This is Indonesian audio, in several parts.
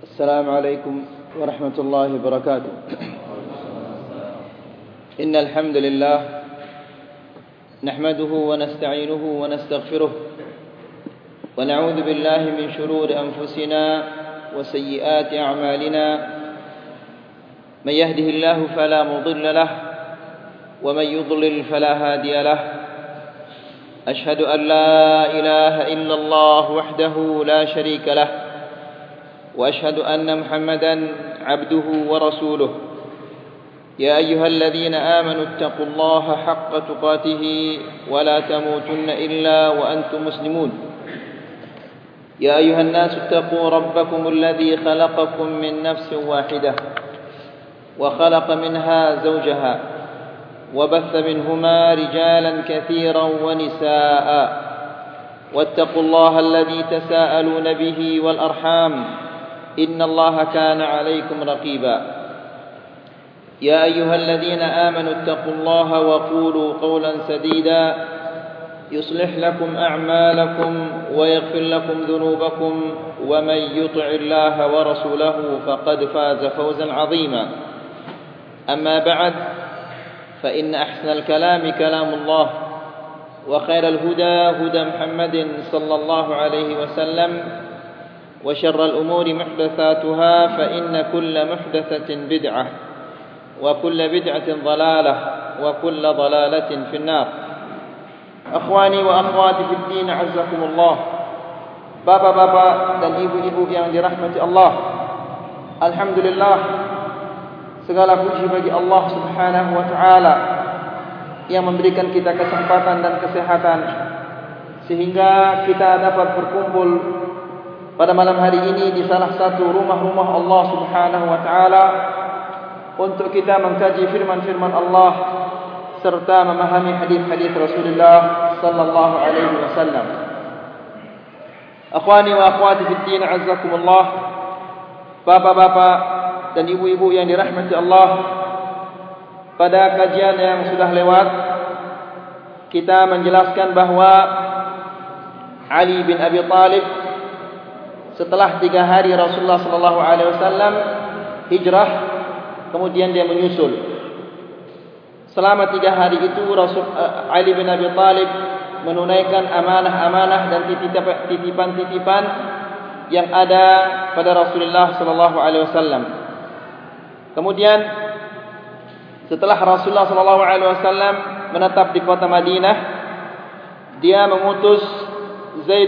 السلام عليكم ورحمة الله وبركاته. إن الحمد لله نحمده ونستعينه ونستغفره ونعوذ بالله من شرور أنفسنا وسيئات أعمالنا. من يهده الله فلا مضل له ومن يضلل فلا هادي له. أشهد أن لا إله إلا الله وحده لا شريك له وأشهد أن محمدا عبده ورسوله. يا أيها الذين آمنوا اتقوا الله حق تقاته ولا تموتن إلا وأنتم مسلمون. يا أيها الناس اتقوا ربكم الذي خلقكم من نفس واحدة وخلق منها زوجها وبث منهما رجالا كثيرا ونساء واتقوا الله الذي تساءلون به والأرحام إن الله كان عليكم رقيبا. يا أيها الذين آمنوا اتقوا الله وقولوا قولا سديدا يصلح لكم أعمالكم ويغفر لكم ذنوبكم ومن يطع الله ورسوله فقد فاز فوزا عظيما. أما بعد فإن أحسن الكلام كلام الله وخير الهدى هدى محمد صلى الله عليه وسلم وشر الأمور محدثاتها فإن كل محدثة بدعة وكل بدعة ضلالة وكل ضلالة في النار. Akhwani wa akhwati fid din, azzakumullah. Bapak-bapak dan ibu-ibu yang dirahmati Allah, alhamdulillah, segala puji bagi Allah Subhanahu wa taala yang memberikan kita kesempatan dan kesehatan sehingga kita dapat berkumpul pada malam hari ini di salah satu rumah-rumah Allah Subhanahu wa taala untuk kita mengkaji firman-firman Allah serta memahami hadis-hadis Rasulullah sallallahu alaihi wasallam. Akhwani wa akhwati fid din, azzakumullah. Bapak-bapak dan ibu-ibu yang dirahmati Allah, pada kajian yang sudah lewat kita menjelaskan bahwa Ali bin Abi Thalib setelah 3 hari Rasulullah sallallahu alaihi wasallam hijrah, kemudian dia menyusul. Selama 3 hari itu Ali bin Abi Thalib menunaikan amanah-amanah dan titipan-titipan yang ada pada Rasulullah sallallahu alaihi wasallam. Kemudian setelah Rasulullah sallallahu alaihi wasallam menetap di kota Madinah, dia mengutus Zaid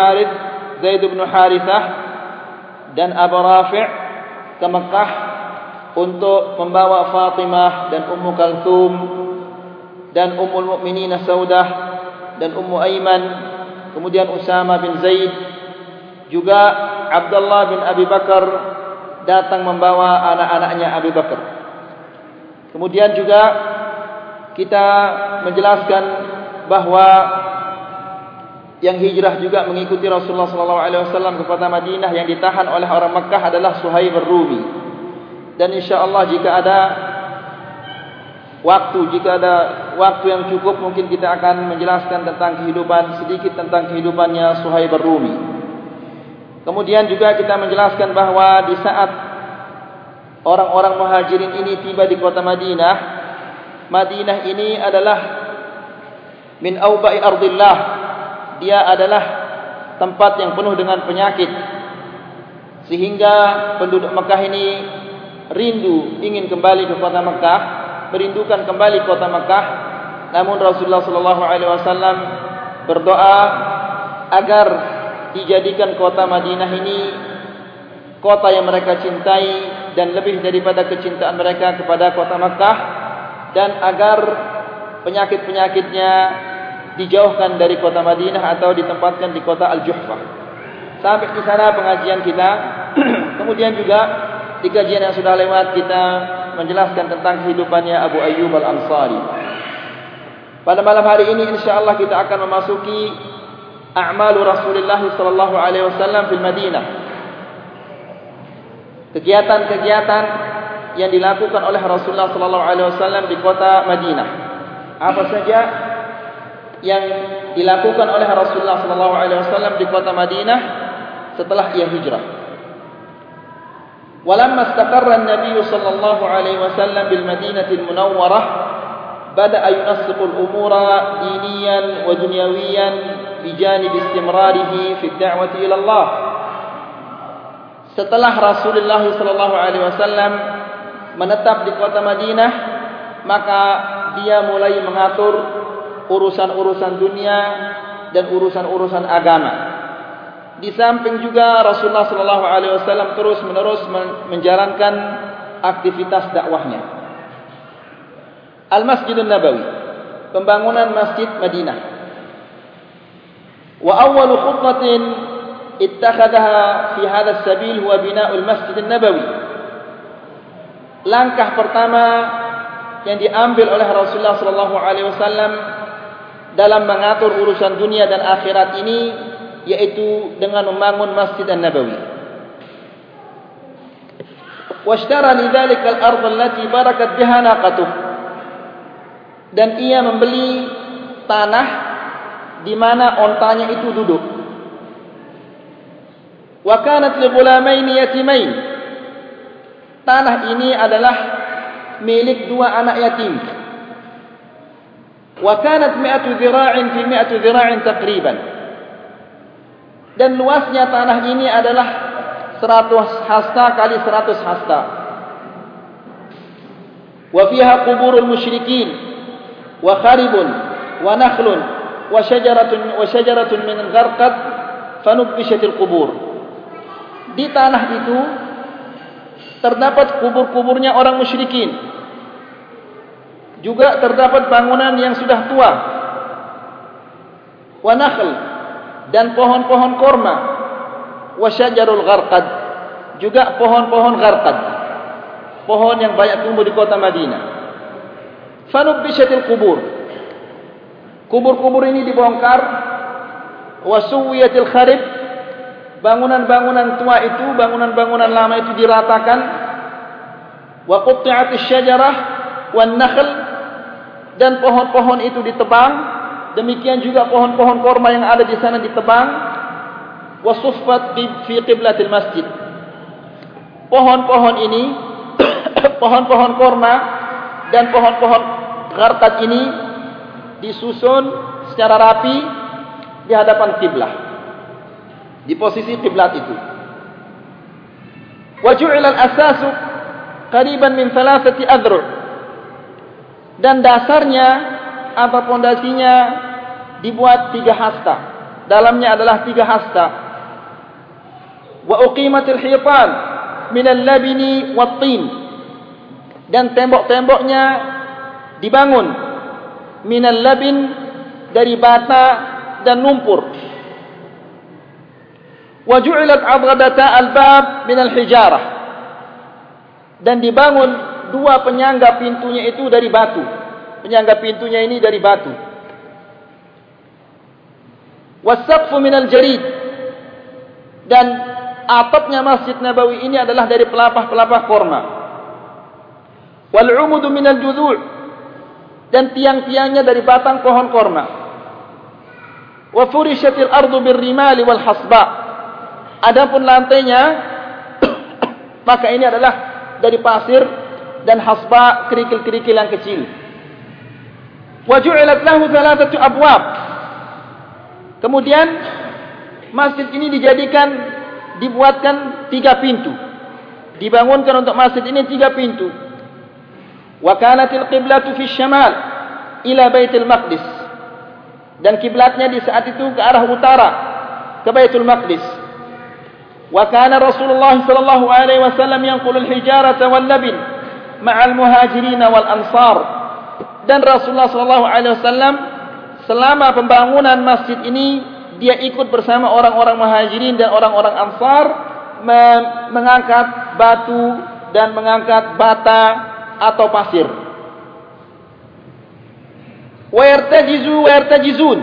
bin Harithah dan Abu Rafi' ke Mekah untuk membawa Fatimah dan Ummu Kalthum dan Ummul Mukminin Saudah dan Ummu Aiman, kemudian Usama bin Zaid, juga Abdullah bin Abi Bakar datang membawa anak-anaknya Abi Bakar. Kemudian juga kita menjelaskan bahwa yang hijrah juga mengikuti Rasulullah sallallahu alaihi wasallam ke kota Madinah yang ditahan oleh orang Makkah adalah Suhaib ar-Rumi. Dan insyaallah jika ada waktu yang cukup, mungkin kita akan menjelaskan sedikit tentang kehidupannya Suhaib ar-Rumi. Kemudian juga kita menjelaskan bahwa di saat orang-orang Muhajirin ini tiba di kota Madinah, Madinah ini adalah min auba'i ardillah. Dia adalah tempat yang penuh dengan penyakit, sehingga penduduk Mekah ini rindu ingin kembali ke kota Mekah, merindukan kembali kota Mekah. Namun Rasulullah sallallahu alaihi wasallam berdoa agar dijadikan kota Madinah ini kota yang mereka cintai dan lebih daripada kecintaan mereka kepada kota Mekah, dan agar penyakit-penyakitnya dijauhkan dari kota Madinah atau ditempatkan di kota Al-Juhfah. Sampai di sana pengajian kita. Kemudian juga di kajian yang sudah lewat kita menjelaskan tentang kehidupannya Abu Ayyub Al-Ansari. Pada malam hari ini insyaallah kita akan memasuki a'malu Rasulullah sallallahu alaihi wasallam di Madinah. Kegiatan-kegiatan yang dilakukan oleh Rasulullah sallallahu alaihi wasallam di kota Madinah. Apa saja yang dilakukan oleh Rasulullah sallallahu alaihi wasallam di kota Madinah setelah ia hijrah. Walamma istaqarra an-nabiy sallallahu alaihi wasallam bil Madinati al-Munawwarah bada'a yunassiqu al-umura diniyan wa dunyawiyan bijanib istimrarihi fi ad-da'wati ila Allah. Setelah Rasulullah sallallahu alaihi wasallam menetap di kota Madinah, maka dia mulai mengatur urusan-urusan dunia dan urusan-urusan agama. Di samping juga Rasulullah sallallahu alaihi wasallam terus-menerus menjalankan aktivitas dakwahnya. Al-Masjidun Nabawi, pembangunan Masjid Madinah. Wa awwalu khutwatin ittakhadhaha fi hadha as-sabil huwa bina'ul Masjid Nabawi. Langkah pertama yang diambil oleh Rasulullah sallallahu alaihi wasallam dalam mengatur urusan dunia dan akhirat ini yaitu dengan membangun Masjid An-Nabawi. Washtara lidzalika al-ardh allati barakat biha naqatuh. Dan ia membeli tanah di mana ontanya itu duduk. Wa kanat li ghulamaini yatimain. Tanah ini adalah milik dua anak yatim. Wa kanat 100 dhira'in fi 100 dhira'in taqriban. Dan luasnya tanah ini adalah 100 hasta kali 100 hasta. Wa fiha quburul musyrikin wa kharibun wa nakhlun wa syajaratun min al-gharqad fanubbishatil qubur. Di tanah itu terdapat kubur-kuburnya orang musyrikin. Juga terdapat bangunan yang sudah tua. Wa nakhl, dan pohon-pohon korma. Wa syajarul gharqad, juga pohon-pohon gharqad, pohon yang banyak tumbuh di kota Madinah. Fanubbishatil qubur, kubur-kubur ini dibongkar. Wa suwiyatil kharib, bangunan-bangunan tua itu, bangunan-bangunan lama itu diratakan. Wa qutti'atis syajarah wan nakhl, dan pohon-pohon itu ditebang. Demikian juga pohon-pohon korma yang ada di sana ditebang. Wasuffat fi qiblatil masjid. Pohon-pohon ini, pohon-pohon korma dan pohon-pohon gharqad ini disusun secara rapi di hadapan kiblah, di posisi kiblat itu. Wa ju'ila al-asasu qariban min 3 adru'. Dan dasarnya atau pondasinya dibuat 3 hasta. Dalamnya adalah 3 hasta. Wa uqimatil hitan min al-labini wat-tin. Dan tembok-temboknya dibangun min al-labin, dari bata dan lumpur. Wa ju'ilat 'adadata al-bab min al-hijarah. Dan dibangun 2 penyangga pintunya itu dari batu. Penyangga pintunya ini dari batu. Wasaqfu minal jarid, dan atapnya Masjid Nabawi ini adalah dari pelepah-pelepah korma. Wal umudu minal judul, dan tiang-tiangnya dari batang pohon korma. Wa furishatil ardu birrimali wal hasba. Adapun lantainya maka ini adalah dari pasir dan hasba, kerikil-kerikil yang kecil. Wa ju'ilat lahu 3 abwab. Kemudian masjid ini dibuatkan 3 pintu. Dibangunkan untuk masjid ini 3 pintu. Wa kanatil qiblatu fi syamal ila Baitul Maqdis. Dan kiblatnya di saat itu ke arah utara, ke Baitul Maqdis. Wa kana Rasulullah sallallahu alaihi wasallam yanqulu al-hijarata wal labin ma'al muhajirin wal ansar. Dan Rasulullah sallallahu alaihi wasallam selama pembangunan masjid ini dia ikut bersama orang-orang muhajirin dan orang-orang ansar mengangkat batu dan mengangkat bata atau pasir. Wa yartajizun.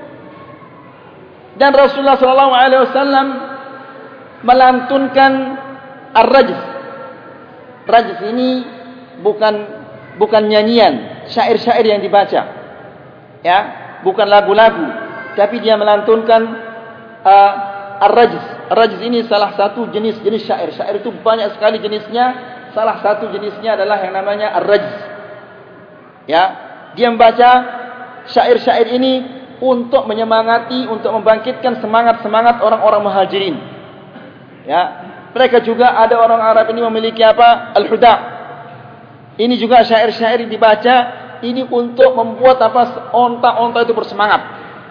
Dan Rasulullah sallallahu alaihi wasallam melantunkan ar-rajz. Rajz ini bukan nyanyian, syair-syair yang dibaca. Ya, bukan lagu-lagu, tapi dia melantunkan ar-rajz. Ar-rajz ini salah satu jenis syair. Syair itu banyak sekali jenisnya. Salah satu jenisnya adalah yang namanya ar-rajz. Ya, dia membaca syair-syair ini untuk menyemangati, untuk membangkitkan semangat-semangat orang-orang muhajirin. Ya, mereka juga ada orang Arab ini memiliki apa? Al-huda. Ini juga syair-syair yang dibaca ini untuk membuat apa? Onta-onta itu bersemangat.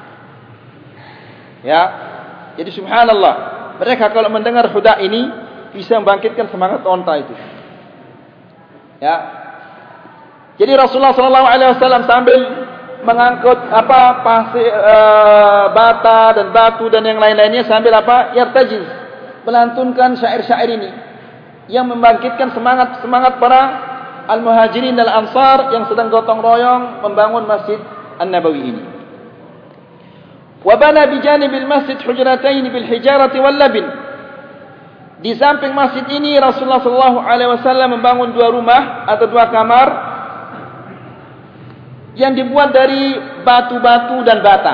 Ya. Jadi subhanallah, mereka kalau mendengar huda ini bisa membangkitkan semangat onta itu. Ya. Jadi Rasulullah SAW sambil mengangkut apa pasir, bata dan batu dan yang lain-lainnya sambil apa? Yartajiz, melantunkan syair-syair ini yang membangkitkan semangat para al-muhajirin dan al-ansar yang sedang gotong royong membangun Masjid An-Nabawi ini. Wa bana bi janibil masjid hujratain bil hijarati wal labin. Di samping masjid ini Rasulullah SAW membangun 2 rumah atau 2 kamar yang dibuat dari batu-batu dan bata.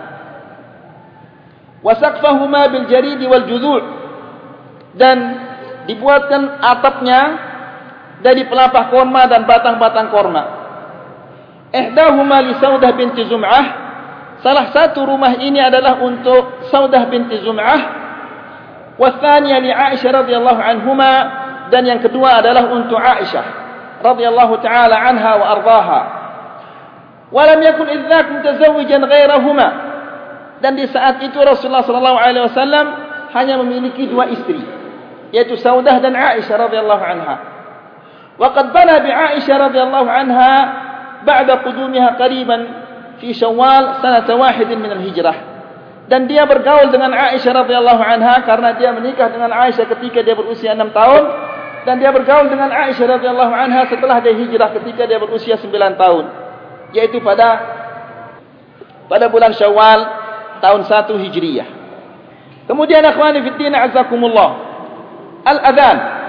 Wa saqfahuma bil jaridi wal judhu', dan dibuatkan atapnya dari pelapah korma dan batang-batang korma. Ihdahuma li Saudah binti Zum'ah. Salah satu rumah ini adalah untuk Saudah binti Zum'ah. Wa tsaniyah li Aisyah radhiyallahu anhuma, dan yang kedua adalah untuk Aisyah radhiyallahu taala anha wa ardhaha. Wa lam yakun idzak mutazawwijan ghairahuma, dan di saat itu Rasulullah sallallahu alaihi wasallam hanya memiliki 2 istri, yaitu Saudah dan Aisyah radhiyallahu anha. وقد بنى بعائشة رضي الله عنها بعد قدومها قريبا في شوال سنة 1 من الهجرة. Dan dia bergaul dengan Aisyah radhiyallahu anha karena dia menikah dengan Aisyah ketika dia berusia 6 tahun, dan dia bergaul dengan Aisyah radhiyallahu anha setelah dia hijrah ketika dia berusia 9 tahun, yaitu pada bulan Syawal tahun 1 Hijriyah. Kemudian akhwani fid din azakumullah, al-adzan.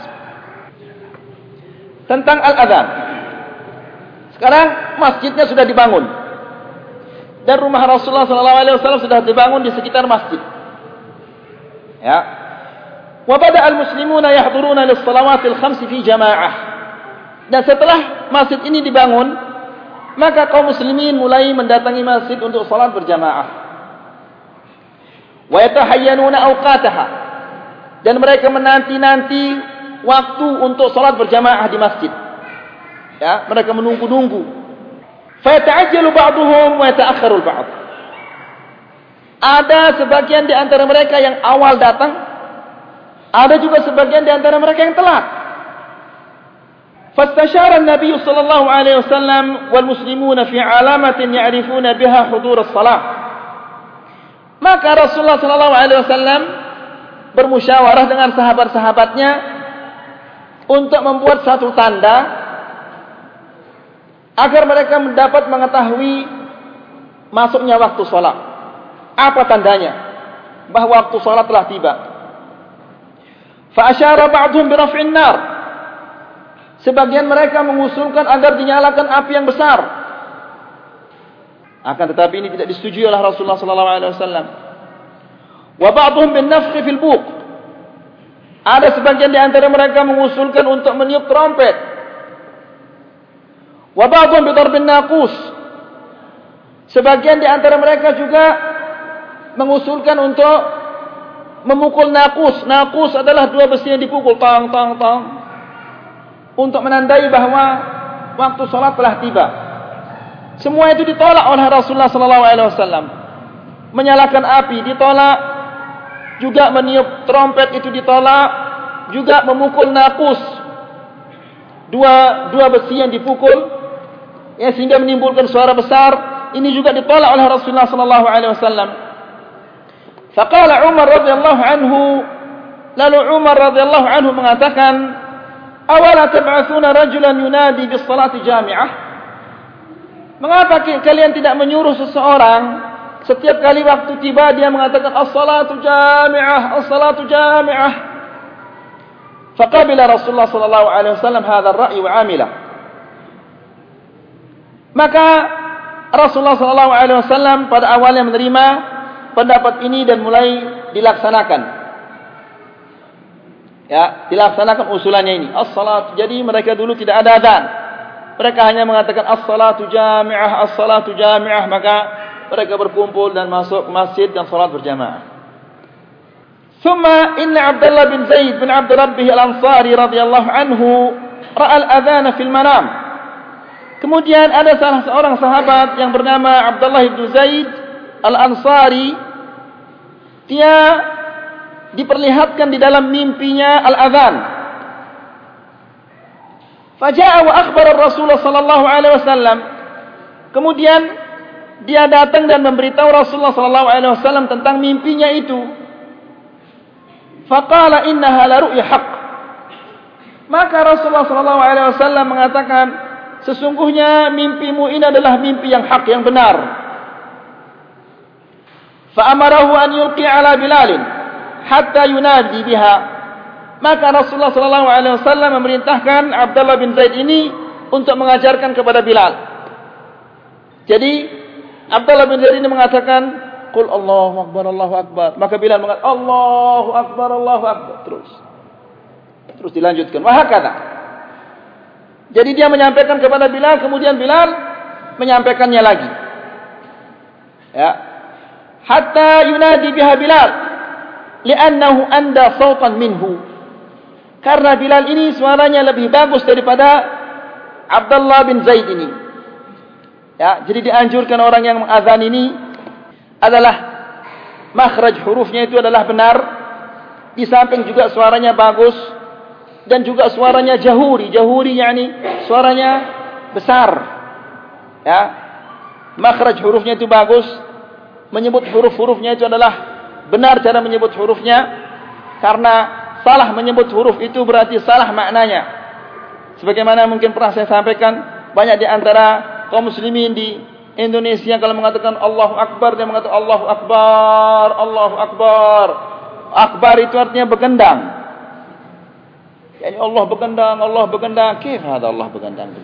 Tentang al-adzan. Sekarang masjidnya sudah dibangun, dan rumah Rasulullah SAW sudah dibangun di sekitar masjid. Ya. Wa bada al-muslimuna yahduruna lis-salawatil khams fi jamaah. Dan setelah masjid ini dibangun, maka kaum muslimin mulai mendatangi masjid untuk salat berjamaah. Wa yatahayyanuna awqataha. Dan mereka menanti-nanti waktu untuk salat berjamaah di masjid. Ya, mereka menunggu-nunggu. Fa yata'ajjalu ba'dhum wa yata'akhkharu al-ba'd. Ada sebagian di antara mereka yang awal datang, ada juga sebagian di antara mereka yang telat. Fastashara an-nabiy sallallahu alaihi wasallam wal muslimuna fi alamatin ya'rifuna biha hudur as-salah. Maka Rasulullah sallallahu alaihi wasallam bermusyawarah dengan sahabat-sahabatnya untuk membuat satu tanda agar mereka mendapat mengetahui masuknya waktu salat. Apa tandanya? Bahwa waktu salat telah tiba. Fa asyara ba'dhum bi raf'in nar. Sebagian mereka mengusulkan agar dinyalakan api yang besar. Akan tetapi ini tidak disetujui oleh Rasulullah sallallahu alaihi wasallam. Wa ba'dhum bin nafkhi fil buq. Ada sebagian di antara mereka mengusulkan untuk meniup trompet. Wa ba'dhum bi darbin naqus. Sebagian di antara mereka juga mengusulkan untuk memukul naqus. Naqus adalah 2 besi yang dipukul tang tang tang untuk menandai bahwa waktu salat telah tiba. Semua itu ditolak oleh Rasulullah sallallahu alaihi wasallam. Menyalakan api ditolak, juga meniup trompet itu ditolak, juga memukul naqus, dua besi yang dipukul ya sehingga menimbulkan suara besar, ini juga ditolak oleh Rasulullah sallallahu alaihi wasallam. Faqala Umar radhiyallahu anhu, lalu Umar radhiyallahu anhu mengatakan, awala tab'atsuna rajulan yunadi bis salati jami'ah? Mengapa kalian tidak menyuruh seseorang setiap kali waktu tiba dia mengatakan as-salatu jami'ah, as-salatu jami'ah? Faqabila Rasulullah sallallahu alaihi wasallam hadha ar-ra'y wa 'amila. Maka Rasulullah sallallahu alaihi wasallam pada awalnya menerima pendapat ini dan mulai dilaksanakan. Ya, dilaksanakan usulannya ini. As-salat. Jadi mereka dulu tidak ada adzan. Mereka hanya mengatakan as-salatu jami'ah, as-salatu jami'ah, maka mereka berkumpul dan masuk ke masjid dan salat berjamaah. Thumma inna Abdullah bin Zaid bin Abd Rabbih al-Ansari radhiyallahu anhu ra'a al-adzan fil manam. Kemudian ada salah seorang sahabat yang bernama Abdullah bin Zaid al-Ansari, dia diperlihatkan di dalam mimpinya al-adzan. Faja'a wa akhbara Rasulullah sallallahu alaihi wasallam. Kemudian dia datang dan memberitahu Rasulullah sallallahu alaihi wasallam tentang mimpinya itu. Faqala innaha la ru'ya haqq. Maka Rasulullah sallallahu alaihi wasallam mengatakan, sesungguhnya mimpimu ini adalah mimpi yang hak, yang benar. Fa amarahu an yulqi ala Bilal hatta yunadi biha. Maka Rasulullah sallallahu alaihi wasallam memerintahkan Abdullah bin Zaid ini untuk mengajarkan kepada Bilal. Jadi Abdullah bin Zaid ini mengatakan, "Qul Allahu akbar, Allahu akbar." Maka Bilal mengatakan, "Allahu akbar, Allahu akbar." Terus dilanjutkan. Wa hakadha. Jadi dia menyampaikan kepada Bilal, kemudian Bilal menyampaikannya lagi. Ya. Hatta yunadi biha Bilal, li'annahu anda sautan minhu. Karena Bilal ini suaranya lebih bagus daripada Abdullah bin Zaid ini. Ya, jadi dianjurkan orang yang mengazan ini adalah makhraj hurufnya itu adalah benar, di samping juga suaranya bagus dan juga suaranya jahuri. Jahuri yakni suaranya besar. Ya. Makhraj hurufnya itu bagus, menyebut huruf-hurufnya itu adalah benar cara menyebut hurufnya, karena salah menyebut huruf itu berarti salah maknanya. Sebagaimana mungkin pernah saya sampaikan, banyak di antara kaum muslimin di Indonesia kalau mengatakan Allahu Akbar, dia mengatakan Allahu Akbar, Allahu Akbar. Akbar itu artinya begendang. Yani Allah begendang, Allah begendang. Kira ada Allah begendang.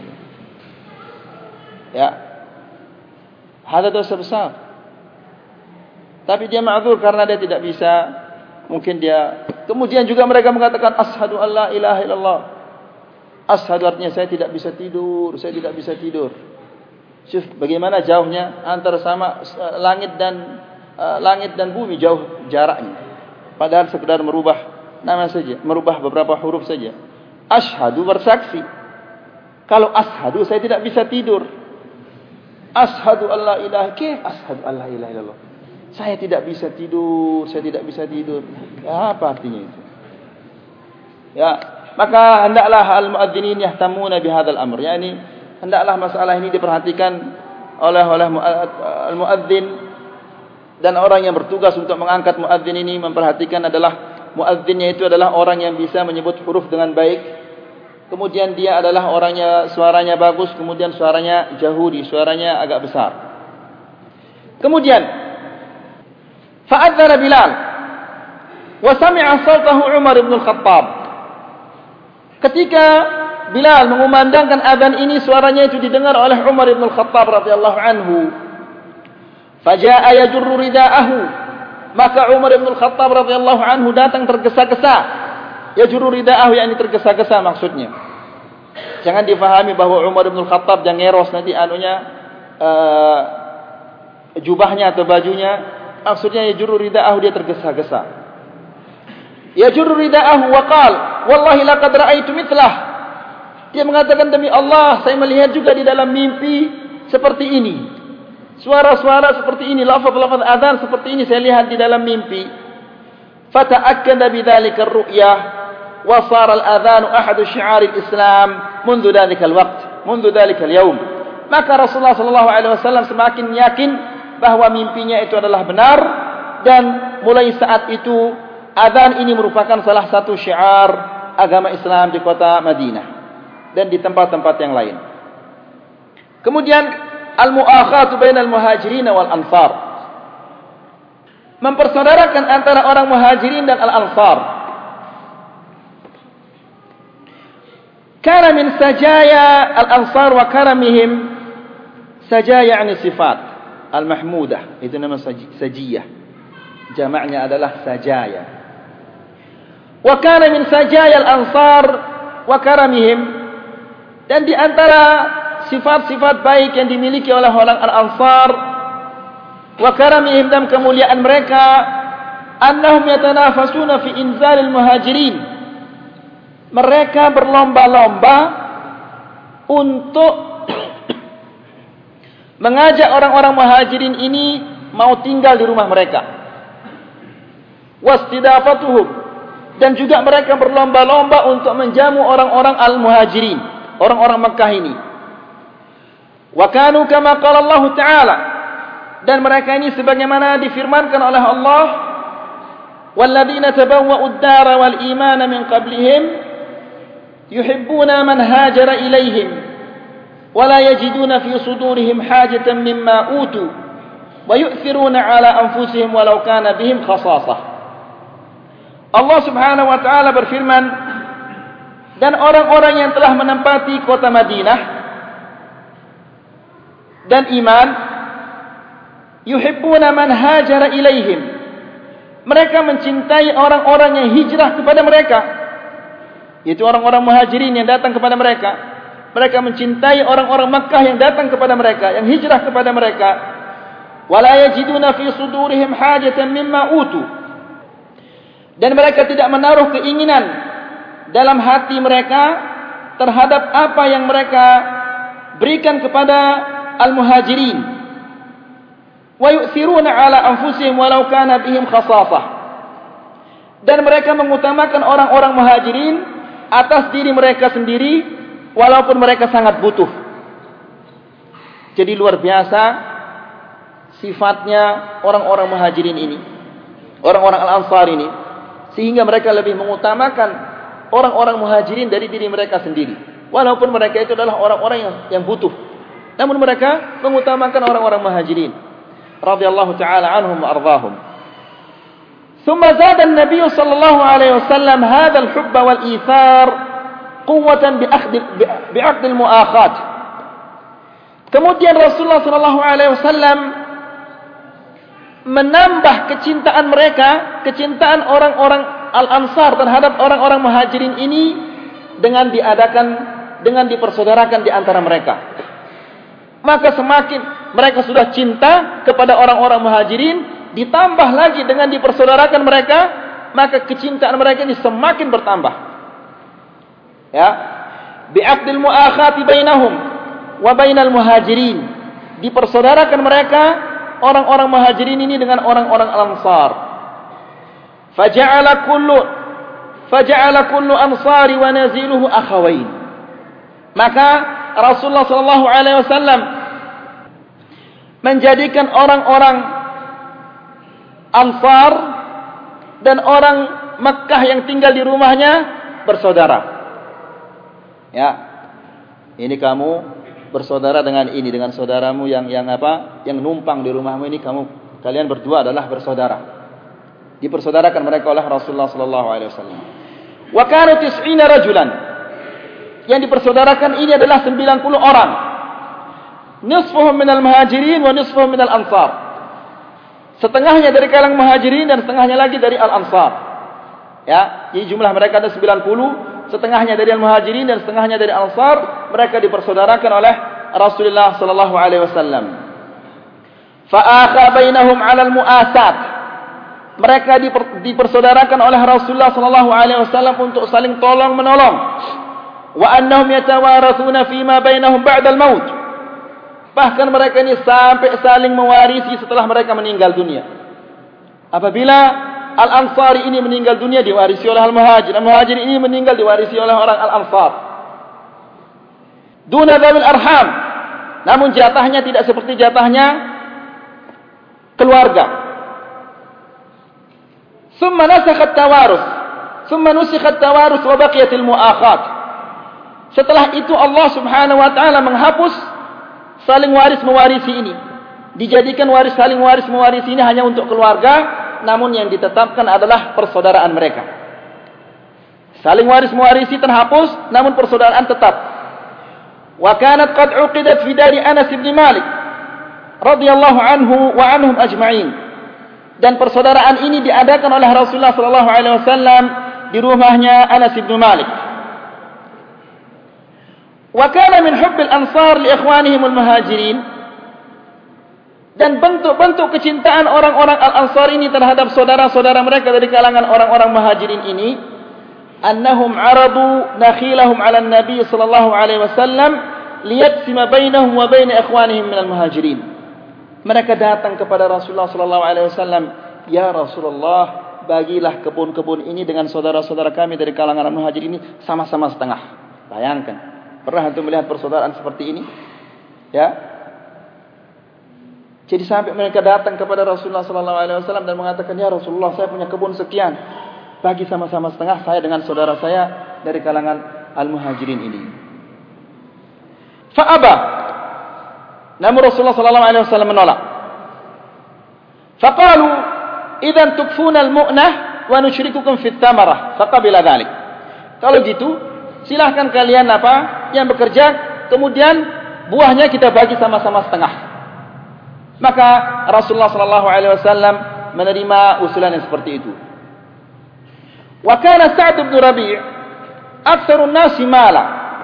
Ya. Ada dosa besar. Tapi dia ma'dzur karena dia tidak bisa. Mungkin dia. Kemudian juga mereka mengatakan asyhadu alla ilaha illallah. Asyhadu artinya saya tidak bisa tidur, saya tidak bisa tidur. Syuf, bagaimana jauhnya antara sama langit dan bumi, jauh jaraknya. Padahal sekedar merubah nama saja, merubah beberapa huruf saja. Asyhadu bersaksi. Kalau asyhadu saya tidak bisa tidur. Asyhadu alla ilaha illallah. Saya tidak bisa tidur, saya tidak bisa tidur. Ya, apa artinya itu? Ya, maka hendaklah al-muadzinin yahtamuna bihadzal amr. Yani hendaklah masalah ini diperhatikan oleh al-muadzin, dan orang yang bertugas untuk mengangkat muadzin ini memperhatikan adalah muadzinnya itu adalah orang yang bisa menyebut huruf dengan baik. Kemudian dia adalah orangnya suaranya bagus, kemudian suaranya jahuri, suaranya agak besar. Kemudian fa'adzana Bilal wa sami'a sautahu Umar bin Al-Khattab. Ketika Bilal mengumandangkan azan ini, suaranya itu didengar oleh Umar bin Al-Khattab radhiyallahu anhu. Faja'a yajurru ridaahu. Maka Umar bin Al-Khattab radhiyallahu anhu datang tergesa-gesa. Yajurru ridaahu yakni tergesa-gesa maksudnya. Jangan difahami bahwa Umar bin Al-Khattab yang ngeros nanti jubahnya atau bajunya. Maksudnya yajurru ridaahu, dia tergesa-gesa. Yajurru ridaahu wa qala wallahi laqad ra'aitu mithlah. Dia mengatakan, demi Allah saya melihat juga di dalam mimpi seperti ini. Suara-suara seperti ini, lafaz-lafaz azan seperti ini saya lihat di dalam mimpi. Fata'akkada bidzalika ar-ru'yah wa sara al-adhan ahad syi'ar al-Islam منذ ذلك الوقت, منذ ذلك اليوم. Maka Rasulullah sallallahu alaihi wasallam semakin yakin bahwa mimpinya itu adalah benar, dan mulai saat itu azan ini merupakan salah satu syiar agama Islam di kota Madinah dan di tempat-tempat yang lain. Kemudian al-mu'akhatu bainal muhajirin wal ansar, mempersaudarakan antara orang muhajirin dan al-ansar. Kana min sajaya al-ansar wa karamihim, sajaya yani sifat al-mahmudah, itu nama sajiyah. jamaknya adalah sajaya. Wa kana min sajaya al-ansar wa karamihim, dan di antara sifat-sifat baik yang dimiliki oleh orang al-ansar wa karamihim, dan kemuliaan mereka, annahum yatanafasuna fi inzalil muhajirin, mereka berlomba-lomba untuk mengajak orang-orang muhajirin ini mau tinggal di rumah mereka. Wastidafatuhum, dan juga mereka berlomba-lomba untuk menjamu orang-orang al-muhajirin, orang-orang Makkah ini. Wa kanu kama qala Allah Ta'ala, dan mereka ini sebagaimana difirmankan oleh Allah, walladzina tabawwa'u ad-dara wal imana min qablihim yuhibbuna man hajara ilaihim ولا يجدون في صدورهم حاجة مما أوتوا ويؤثرون على أنفسهم ولو كان بهم خصاصة. Allah Subhanahu wa taala berfirman, dan orang-orang yang telah menempati kota Madinah dan iman, yuhibbuna man hajara ilaihim, mereka mencintai orang-orang yang hijrah kepada mereka, yaitu orang-orang muhajirin yang datang kepada mereka. Mereka mencintai orang-orang Makkah yang datang kepada mereka, yang hijrah kepada mereka. Wala yajiduna fi sudurihim hajatan mimma utu, dan mereka tidak menaruh keinginan dalam hati mereka terhadap apa yang mereka berikan kepada al-muhajirin. Wa yu'thiruna ala anfusihim walau kana bihim khasasah, dan mereka mengutamakan orang-orang muhajirin atas diri mereka sendiri walaupun mereka sangat butuh. Jadi luar biasa sifatnya orang-orang muhajirin ini, orang-orang al-ansar ini, sehingga mereka lebih mengutamakan orang-orang muhajirin dari diri mereka sendiri, walaupun mereka itu adalah orang-orang yang butuh, namun mereka mengutamakan orang-orang muhajirin radhiyallahu ta'ala anhum wa ardhahum. Thumma zada an-nabiy sallallahu alaihi wasallam hadha al-hubb wal ithar quwwatan bi'aqdil mu'akhat. Kemudian Rasulullah sallallahu alaihi wasallam menambah kecintaan mereka, kecintaan orang-orang al-ansar terhadap orang-orang muhajirin ini dengan dipersaudarakan di antara mereka. Maka semakin mereka sudah cinta kepada orang-orang muhajirin, ditambah lagi dengan dipersaudarakan mereka, maka kecintaan mereka ini semakin bertambah. Ya, bi'aqdil mu'akhati bainahum wa bainal muhajirin, dipersaudarakan mereka orang-orang muhajirin ini dengan orang-orang al-ansar. Faja'ala kullu ansari wa naziluhu akhawain. Maka Rasulullah sallallahu alaihi wasallam menjadikan orang-orang ansar dan orang Makkah yang tinggal di rumahnya bersaudara. Ya, ini kamu bersaudara dengan ini, dengan saudaramu yang numpang di rumahmu ini, kalian berdua adalah bersaudara. Dipersaudarakan mereka oleh Rasulullah sallallahu alaihi wasallam. Wa kanu 90 rajulan. Yang dipersaudarakan ini adalah 90 orang. Nisfuhum minal muhajirin wa nisfuhum minal ansar. Setengahnya dari kalangan muhajirin dan setengahnya lagi dari al-ansar. Ya, jadi jumlah mereka ada 90. Setengahnya dari al-muhajirin dan setengahnya dari al-ansar. Mereka dipersaudarakan oleh Rasulullah sallallahu alaihi wasallam. Fa'akha bainahum 'alal mu'asat. Mereka dipersaudarakan oleh Rasulullah sallallahu alaihi wasallam untuk saling tolong menolong. Wa annahum yatawarathuna fima bainahum ba'da al-maut. Bahkan mereka ini sampai saling mewarisi setelah mereka meninggal dunia. Apabila Al-Ansari ini meninggal dunia, diwarisi oleh Al-Muhajir. Al-Muhajir ini meninggal, diwarisi oleh orang Al-Ansar. Duna dzawil arham. Namun jatahnya tidak seperti jatahnya keluarga. Summa nasakhat tawarus. Summa nusikhat tawarus wa baqiyatil mu'akhat. Setelah itu Allah Subhanahu wa taala menghapus saling waris mewarisi ini. Dijadikan saling waris mewarisi ini hanya untuk keluarga. Namun yang ditetapkan adalah persaudaraan mereka. Saling waris mewarisi terhapus, namun persaudaraan tetap. Wa kanat qad uqidat fi dari Anas bin Malik radhiyallahu anhu wa anhum ajma'in. Dan persaudaraan ini diadakan oleh Rasulullah sallallahu alaihi wasallam di rumahnya Anas bin Malik. Wa kana min hubbil ansar li ikhwanihim al-muhajirin. Dan bentuk-bentuk kecintaan orang-orang Al-Ansar ini terhadap saudara-saudara mereka dari kalangan orang-orang Muhajirin ini, annahum aradu nakhilahum 'ala an-nabi sallallahu alaihi wasallam liyatsima bainahum wa bain ikhwanihim minal muhajirin. Mereka datang kepada Rasulullah sallallahu alaihi wasallam, "Ya Rasulullah, bagilah kebun-kebun ini dengan saudara-saudara kami dari kalangan Muhajirin ini sama-sama setengah." Bayangkan, pernah antum melihat persaudaraan seperti ini? Ya. Jadi sampai mereka datang kepada Rasulullah sallallahu alaihi wasallam dan mengatakan, "Ya Rasulullah, saya punya kebun sekian. Bagi sama-sama setengah saya dengan saudara saya dari kalangan Al-Muhajirin ini." Fa'aba. Namun Rasulullah sallallahu alaihi wasallam menolak. Faqalu, "Idzan tukfuna al-mu'nah wa nusyrikukum fit tamarah." Faqabila dzalik. Kalau gitu, silahkan kalian yang bekerja, kemudian buahnya kita bagi sama-sama setengah. Maka Rasulullah sallallahu alaihi wasallam menerima usulan yang seperti itu. Wa kana Sa'd bin Rabi' aktsarun nasi mala.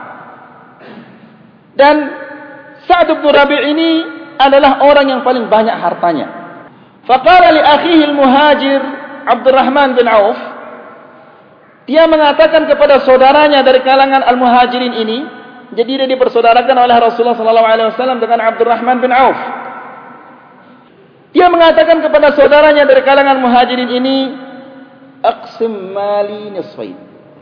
Dan Sa'd bin Rabi' ini adalah orang yang paling banyak hartanya. Faqala li akhihi al-muhajir Abdurrahman bin Auf, dia mengatakan kepada saudaranya dari kalangan al-muhajirin ini, jadi dia dipersaudarakan oleh Rasulullah sallallahu alaihi wasallam dengan Abdurrahman bin Auf. Dia mengatakan kepada saudaranya dari kalangan muhajirin ini, "Aqsim mali nisfain."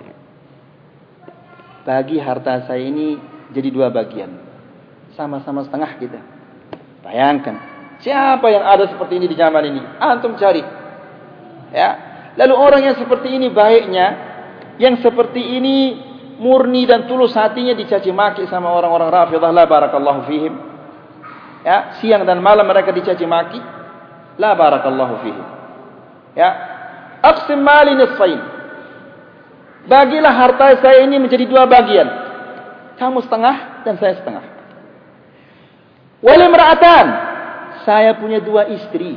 Bagi harta saya ini jadi 2 bagian. Sama-sama setengah kita. Bayangkan, siapa yang ada seperti ini di zaman ini? Antum cari. Ya. Lalu orang yang seperti ini baiknya, yang seperti ini murni dan tulus hatinya dicaci maki sama orang-orang Rafidhah, la barakallahu fihim. Ya, siang dan malam mereka dicaci maki. La barakallahu fihi. Ya. Aqsim mali nisfain. Bagilah harta saya ini menjadi 2 bagian. Kamu setengah dan saya setengah. Wal imra'atan. Saya punya 2 istri.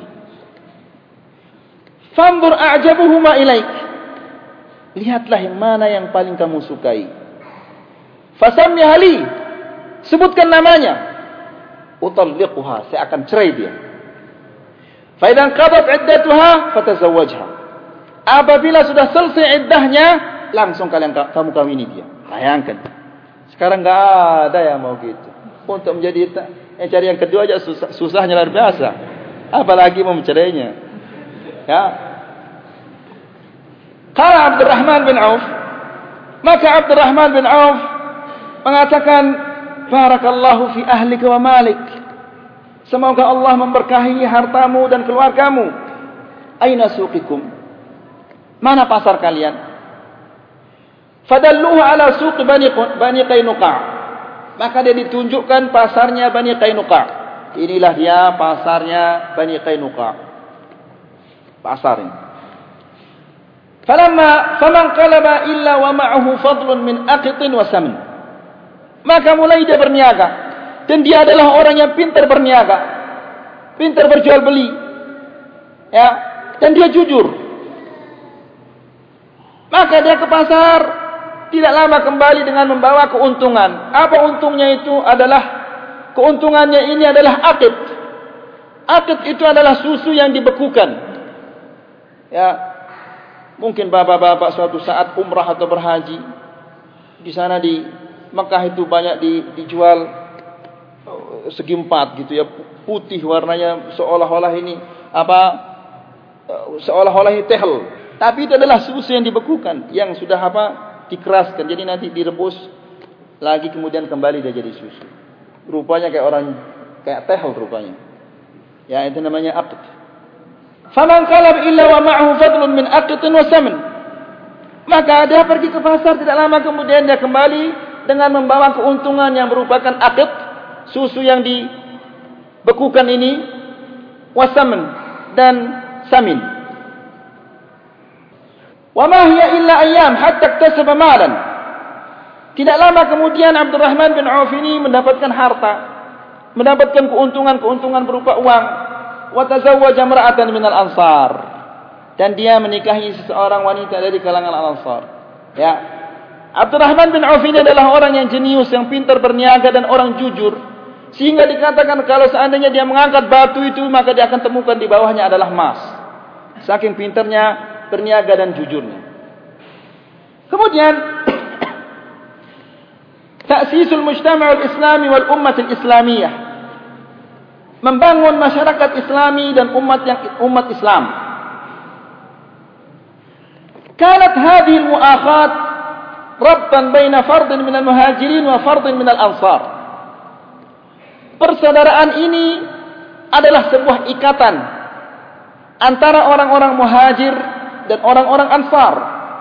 Fanzur a'jabuhuma ilaik. Lihatlah yang mana yang paling kamu sukai. Fasammiha li. Sebutkan namanya. Utalliquha. Saya akan cerai dia. Faidan qadat iddatuha fatazawwajha. Apabila sudah selesai iddahnya, langsung kamu kawini dia. Bayangkan. Sekarang enggak ada yang mau gitu. Untuk menjadi cari yang kedua aja susahnya luar biasa. Apalagi mau mencerainya. Ya. Qala Abdurrahman bin Auf. Maka Abdurrahman bin Auf mengatakan, "Barakallahu fi ahlika wa malik." Semoga Allah memberkahi hartamu dan keluargamu. Aina suqikum? Mana pasar kalian? Fadalluhu ala suq Bani Qainuqa'. Maka dia ditunjukkan pasarnya Bani Qainuqa'. Inilah dia pasarnya Bani Qainuqa'. Pasar ini. Faman qalaba illa wa ma'ahu fadlun min aqitin wa samin. Maka mulai dia berniaga. Dan dia adalah orang yang pintar berniaga, pintar berjual beli, ya, dan dia jujur. Maka dia ke pasar, tidak lama kembali dengan membawa keuntungan. Apa untungnya itu adalah, keuntungannya ini adalah aqid. Aqid itu adalah susu yang dibekukan. Ya, mungkin bapak-bapak suatu saat umrah atau berhaji, di sana di Mekah itu banyak dijual segi 4 gitu ya, putih warnanya seolah-olah ini seolah-olah ini tehel, tapi itu adalah susu yang dibekukan, yang sudah dikeraskan, jadi nanti direbus lagi kemudian kembali dia jadi susu. Rupanya kayak tehel rupanya. Ya, itu namanya aqd. Faman qalab illa wa ma'ahu fadlun min aqtin wa samin. Maka dia pergi ke pasar, tidak lama kemudian dia kembali dengan membawa keuntungan yang merupakan aqd, susu yang dibekukan ini, wasamen dan samin. Wa ma hiya illa ayyam hatta iktasaba malan. Tidak lama kemudian Abdurrahman bin Auf ini mendapatkan harta, mendapatkan keuntungan berupa uang. wa tazawwaja imra'atan minal ansar. Dan dia menikahi seseorang wanita dari kalangan al-ansar. Ya. Abdurrahman bin Auf ini adalah orang yang jenius, yang pintar berniaga dan orang jujur. Sehingga dikatakan kalau seandainya dia mengangkat batu itu, maka dia akan temukan di bawahnya adalah emas. Saking pintarnya berniaga dan jujurnya. Kemudian ta'sisul mujtama' al-islami wal ummah al-islamiyah. Membangun masyarakat Islami dan umat Islam. Kanat hadhihi al-mu'akhat rabtan baina fardin min al-muhajirin wa fardin min al-ansar. Persaudaraan ini adalah sebuah ikatan antara orang-orang muhajir dan orang-orang ansar.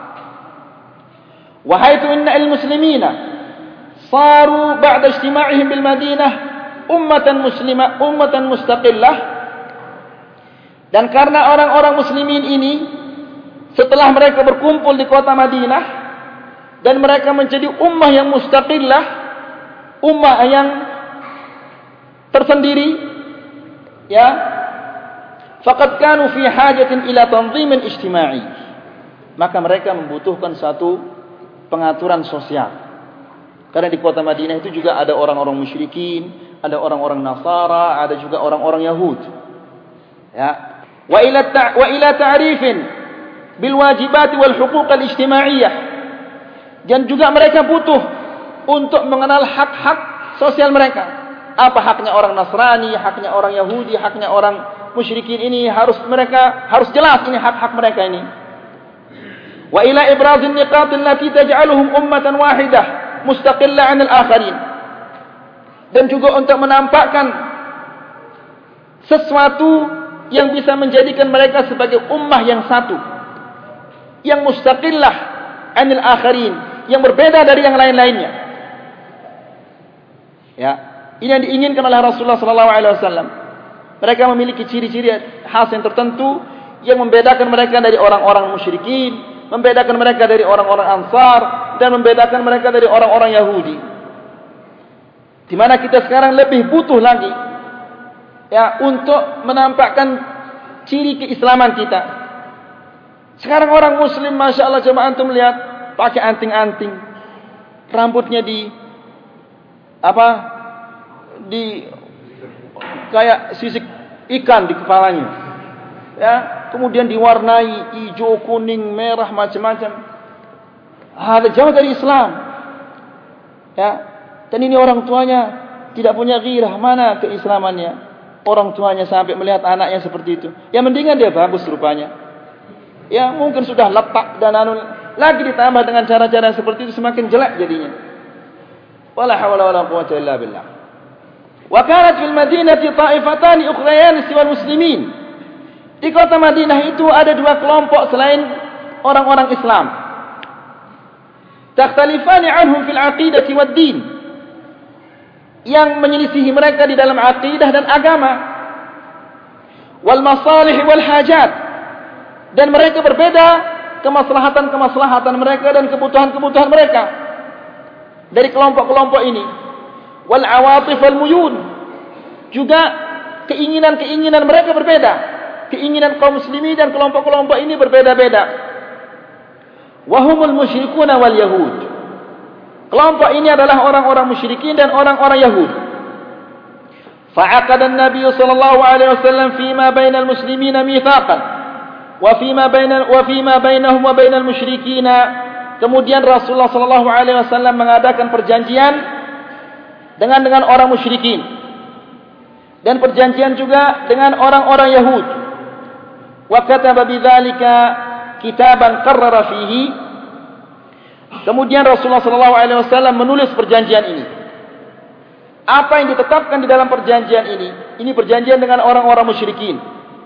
Wa haitsu inna al-muslimina saru ba'da ijtima'ihim bil Madinah ummatan muslimah, ummatan mustaqillah. Dan karena orang-orang muslimin ini setelah mereka berkumpul di kota Madinah dan mereka menjadi ummah yang mustaqillah, ummah yang tersendiri, ya, faqad kanu fi hajatin ila tanzimin ijtima'i. Maka mereka membutuhkan satu pengaturan sosial. Karena di kota Madinah itu juga ada orang-orang musyrikin, ada orang-orang Nasara, ada juga orang-orang Yahud. Ya. Wa ila ta'rifin bil wajibat wal huquq al ijtima'iyyah. Dan juga mereka butuh untuk mengenal hak-hak sosial mereka. Apa haknya orang Nasrani, haknya orang Yahudi, haknya orang musyrikin ini harus jelas ini hak-hak mereka ini. Wa ila ibrazin niqat allati taj'aluhum ummatan wahidah mustaqillah 'anil akharin. Dan juga untuk menampakkan sesuatu yang bisa menjadikan mereka sebagai ummah yang satu, yang mustaqillah 'anil akharin, yang berbeda dari yang lain-lainnya. Ya, ini yang diinginkan oleh Rasulullah sallallahu alaihi wasallam. Mereka memiliki ciri-ciri khas yang tertentu yang membedakan mereka dari orang-orang musyrikin, membedakan mereka dari orang-orang Ansar, dan membedakan mereka dari orang-orang Yahudi. Di mana kita sekarang lebih butuh lagi, ya, untuk menampakkan ciri keislaman kita. Sekarang orang Muslim, masya Allah, coba antum lihat, pakai anting-anting, rambutnya kayak sisik ikan di kepalanya, ya, kemudian diwarnai hijau, kuning, merah, macam-macam. Hal jauh dari Islam, ya. Dan ini orang tuanya tidak punya ghirah, mana keislamannya? Orang tuanya sampai melihat anaknya seperti itu, ya mendingan dia bagus rupanya, ya mungkin sudah letak dan lagi ditambah dengan cara-cara seperti itu semakin jelek jadinya. Wala hawla wala quwwata illa billah. Wa kanat fil madinati ta'ifatan ukhrayan siwal muslimin. Di kota Madinah itu ada dua kelompok selain orang-orang Islam. Takhtalifani anhum fil aqidati wad din. Yang menyelisihi mereka di dalam akidah dan agama. Wal masalih wal hajat. Dan mereka berbeda kemaslahatan-kemaslahatan mereka dan kebutuhan-kebutuhan mereka dari kelompok-kelompok ini. Wal awatif wal muyun. Juga keinginan-keinginan mereka berbeda. Keinginan kaum muslimin dan kelompok-kelompok ini berbeda-beda. Wahumul musyrikuna wal yahud. Kelompok ini adalah orang-orang musyrikin dan orang-orang Yahudi. Fa'aqada an-nabiy sallallahu alaihi wasallam fima bainal muslimina mitsaqan wa fima bainahum wa bainal musyrikin. Kemudian Rasulullah sallallahu alaihi wasallam mengadakan perjanjian dengan orang musyrikin dan perjanjian juga dengan orang-orang Yahudi. Wa kataba bidzalika kitaban qarrara fihi. Kemudian Rasulullah sallallahu alaihi wasallam menulis perjanjian ini. Apa yang ditetapkan di dalam perjanjian ini? Ini perjanjian dengan orang-orang musyrikin.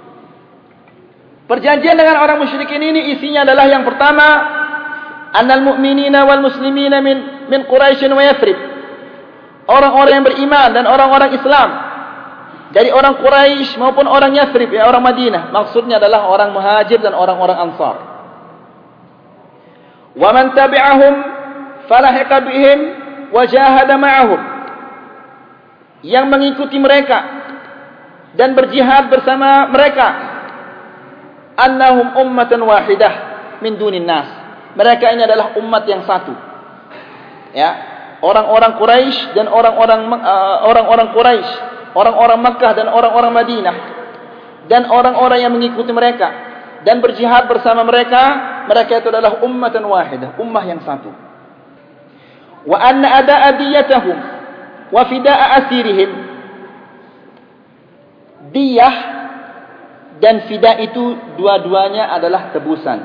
Perjanjian dengan orang musyrikin ini isinya adalah yang pertama, annal mu'minina wal muslimina min Quraisy wa Yathrib. Orang-orang yang beriman dan orang-orang Islam dari orang Quraisy maupun orang Yathrib, ya, orang Madinah. Maksudnya adalah orang Muhajir dan orang-orang Ansar. Wa man tabi'ahum falahiqa bihim wa jahada ma'ahum. Yang mengikuti mereka dan berjihad bersama mereka. Annahum ummatan wahidah min dunin nas. Mereka ini adalah umat yang satu. Ya, orang-orang Quraisy dan orang-orang Quraisy, orang-orang Makkah dan orang-orang Madinah, dan orang-orang yang mengikuti mereka dan berjihad bersama mereka. Mereka itu adalah ummatan wahidah, ummah yang satu. Wa anna ada'a diyatahum wa fida'a asirihim. Diyah dan fida itu dua-duanya adalah tebusan.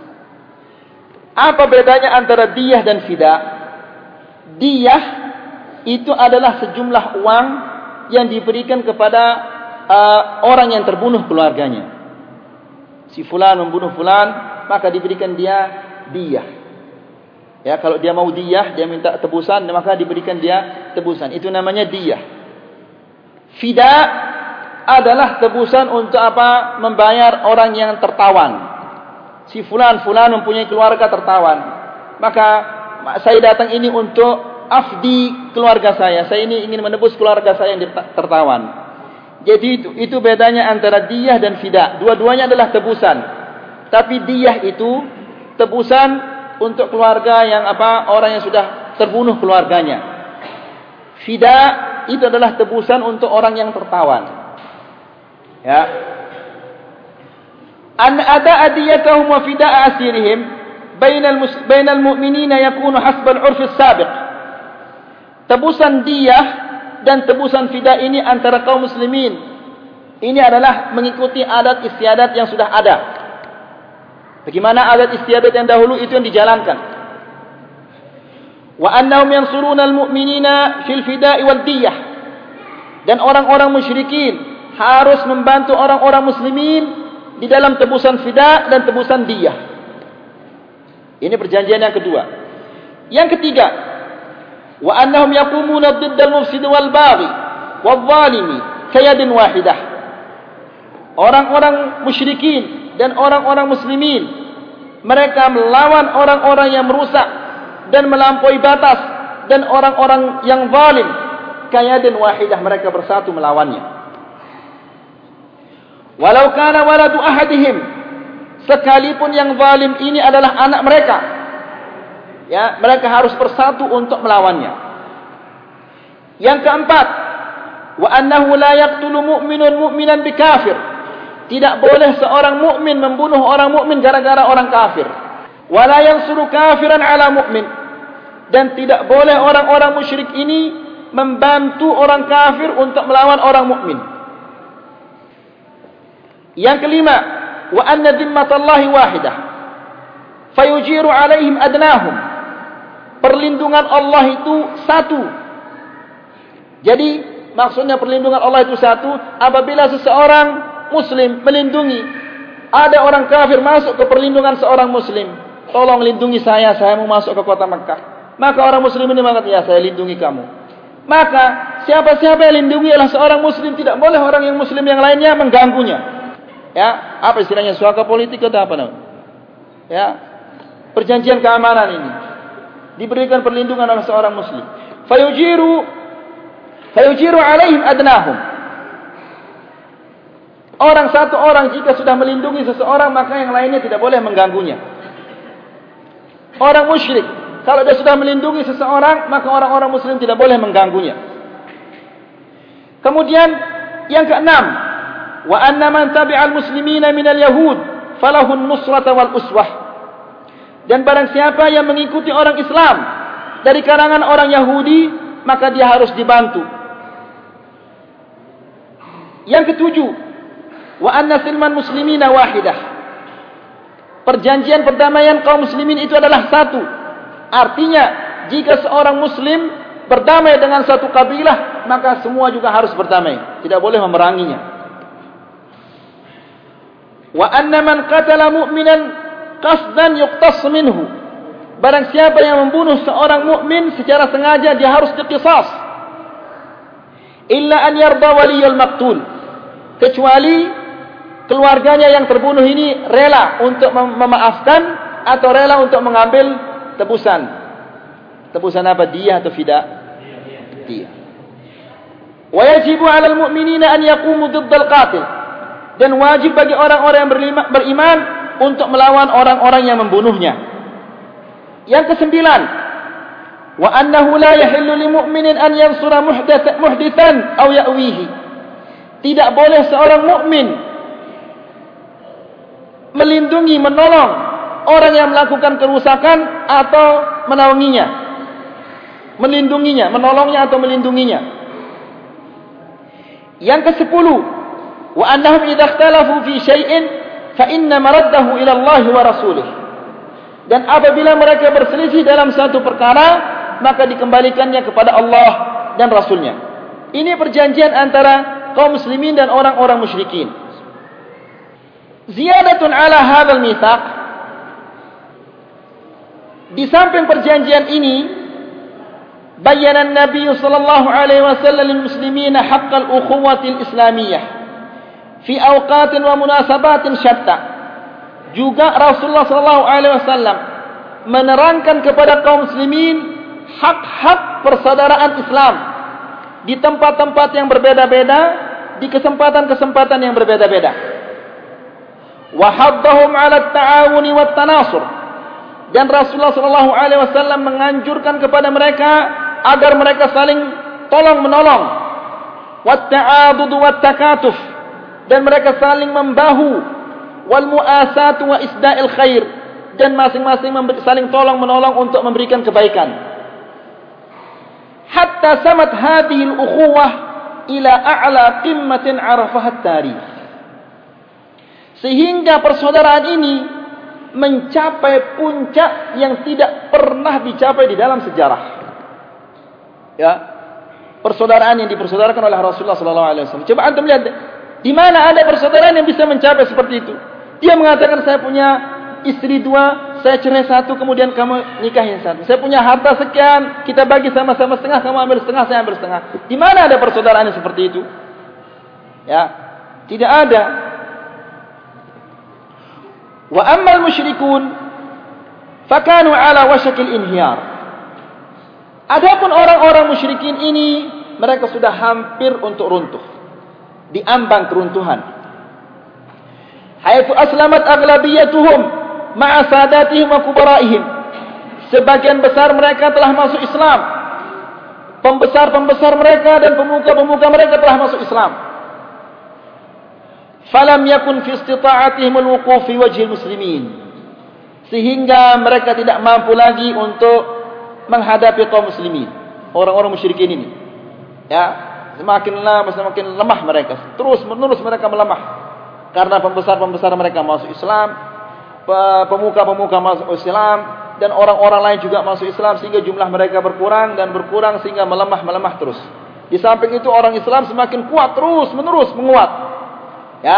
Apa bedanya antara diyah dan fida? Diyah itu adalah sejumlah uang yang diberikan kepada orang yang terbunuh keluarganya. Si fulan membunuh fulan, maka diberikan dia diyah. Ya, kalau dia mau diyah, dia minta tebusan, maka diberikan dia tebusan. Itu namanya diyah. Fida adalah tebusan untuk apa? Membayar orang yang tertawan. Si fulan mempunyai keluarga tertawan. Maka saya datang ini untuk afdi keluarga saya. Saya ini ingin menebus keluarga saya yang tertawan. Jadi itu bedanya antara diyah dan fida. Dua-duanya adalah tebusan. Tapi diyah itu tebusan untuk keluarga yang orang yang sudah terbunuh keluarganya. Fida itu adalah tebusan untuk orang yang tertawan. Ya. An ada adiyatahum wa fida'a asirihim bainal mu'minina yakunu hasbal 'urf as-sabiq. Tebusan diyah dan tebusan fida ini antara kaum muslimin. Ini adalah mengikuti adat istiadat yang sudah ada. Bagaimana adat istiadat yang dahulu itu yang dijalankan. Wa annahum yansuruna al-mu'minina fil fida'i wal diyah. Dan orang-orang musyrikin harus membantu orang-orang muslimin di dalam tebusan fida dan tebusan diyah. Ini perjanjian yang kedua. Yang ketiga, wa annahum yaqumuna diddal mufsid wal baghi wal zalimi kayadin wahidah. Orang-orang musyrikin dan orang-orang muslimin, mereka melawan orang-orang yang merusak dan melampaui batas dan orang-orang yang zalim. Kayadin wahidah, mereka bersatu melawannya. Walau kana waladu ahadihim, sekalipun yang zalim ini adalah anak mereka, ya, mereka harus bersatu untuk melawannya. Yang keempat, wa annahu la yaqtulu mu'minun mu'minan bikafir. Tidak boleh seorang mukmin membunuh orang mukmin gara-gara orang kafir. Wa la yansuru kafiran ala mu'min. Dan tidak boleh orang-orang musyrik ini membantu orang kafir untuk melawan orang mukmin. Yang kelima, wa anna dhimmatallahi wahidah fayujiru alaihim adnahum. Perlindungan Allah itu satu. Jadi maksudnya perlindungan Allah itu satu. Apabila seseorang muslim melindungi, ada orang kafir masuk ke perlindungan seorang muslim, tolong lindungi saya mau masuk ke kota Makkah. Maka orang muslim ini mengatakan, ya, saya lindungi kamu. Maka siapa-siapa yang lindungi adalah seorang muslim. Tidak boleh orang yang muslim yang lainnya mengganggunya. Ya, apa istilahnya, suaka politik atau apa namanya? Ya, perjanjian keamanan ini diberikan perlindungan oleh seorang muslim. Fayujiru alaihim adnahum. Satu orang jika sudah melindungi seseorang, maka yang lainnya tidak boleh mengganggunya. Orang musyrik, kalau dia sudah melindungi seseorang, maka orang-orang muslim tidak boleh mengganggunya. Kemudian yang keenam, wa anna man tabi'al muslimina minal yahud falahun nusrata wal uswah. Dan barang siapa yang mengikuti orang Islam dari kalangan orang Yahudi, maka dia harus dibantu. Yang ketujuh, wa anna silman muslimina wahidah. Perjanjian perdamaian kaum muslimin itu adalah satu. Artinya, jika seorang muslim berdamai dengan satu kabilah, maka semua juga harus berdamai. Tidak boleh memeranginya. Wa anna man qatala mu'minan qasdan yuqtas minhu. Barang siapa yang membunuh seorang mukmin secara sengaja, dia harus diqisas. Illa an yarda waliyul maqtul. Kecuali keluarganya yang terbunuh ini rela untuk memaafkan atau rela untuk mengambil tebusan. Tebusan apa? Diyah atau fida? Diyah. Wa yajibu 'alal mu'minina an yaqumu diddal qatil. Dan wajib bagi orang-orang yang beriman untuk melawan orang-orang yang membunuhnya. Yang kesembilan, wa annahu la yahillu lil mu'minin an yansura muhdithan aw ya'wihi. Tidak boleh seorang mukmin melindungi, menolong orang yang melakukan kerusakan atau menaunginya. Melindunginya, menolongnya atau melindunginya. Yang ke-10, wa annahum idza ikhtalafu fi syai'in fa inna maraddahu ila Allah wa rasulih. Dan apabila mereka berselisih dalam satu perkara, maka dikembalikannya kepada Allah dan Rasulnya. Ini perjanjian antara kaum muslimin dan orang-orang musyrikin. Ziyadatun ala hadzal mitsaq. Di samping perjanjian ini, bayyana Nabi sallallahu alaihi wasallam lil muslimina haqqal ukhuwati al-islamiyyah fi awqatin wa munasabatin syatta. Juga Rasulullah sallallahu alaihi wasallam menerangkan kepada kaum muslimin hak-hak persaudaraan Islam di tempat-tempat yang berbeda-beda, di kesempatan-kesempatan yang berbeda-beda. Wa haddahum 'ala at-ta'awuni wat-tanasur. Dan Rasulullah sallallahu alaihi wasallam menganjurkan kepada mereka agar mereka saling tolong-menolong, wat-ta'adud wat-takatuf, dan mereka saling membahu, wal mu'asatu wa isda'il khair, dan masing-masing saling tolong-menolong untuk memberikan kebaikan. Hatta samat hadhihi al-ukhuwah ila a'la qimmatin 'arafaha at-tarikh. Sehingga persaudaraan ini mencapai puncak yang tidak pernah dicapai di dalam sejarah. Ya, persaudaraan yang dipersaudarakan oleh Rasulullah sallallahu alaihi wasallam. Coba antum lihat, di mana ada persaudaraan yang bisa mencapai seperti itu? Dia mengatakan, saya punya istri 2, saya cerai 1, kemudian kamu nikahin 1. Saya punya harta sekian, kita bagi sama-sama setengah, kamu ambil setengah, saya ambil setengah. Di mana ada persaudaraan yang seperti itu? Ya, tidak ada. Wa ammal musyrikun fakanu ala wasyakil inhiyar. Adapun orang-orang musyrikin ini, mereka sudah hampir untuk runtuh, di ambang keruntuhan. Haitsu aslamat aghlabiyatuhum ma'a sadatihim wa kubaraihim. Sebagian besar mereka telah masuk Islam. Pembesar-pembesar mereka dan pemuka-pemuka mereka telah masuk Islam. Falam yakun fi istita'atihim al-wuquf fi wajhil muslimin. Sehingga mereka tidak mampu lagi untuk menghadapi kaum muslimin, orang-orang musyrikin ini. Ya, semakin lama semakin lemah mereka. Terus-menerus mereka melemah. Karena pembesar-pembesar mereka masuk Islam, pemuka-pemuka masuk Islam, dan orang-orang lain juga masuk Islam, sehingga jumlah mereka berkurang dan berkurang sehingga melemah terus. Di samping itu orang Islam semakin kuat, terus-menerus menguat. Ya.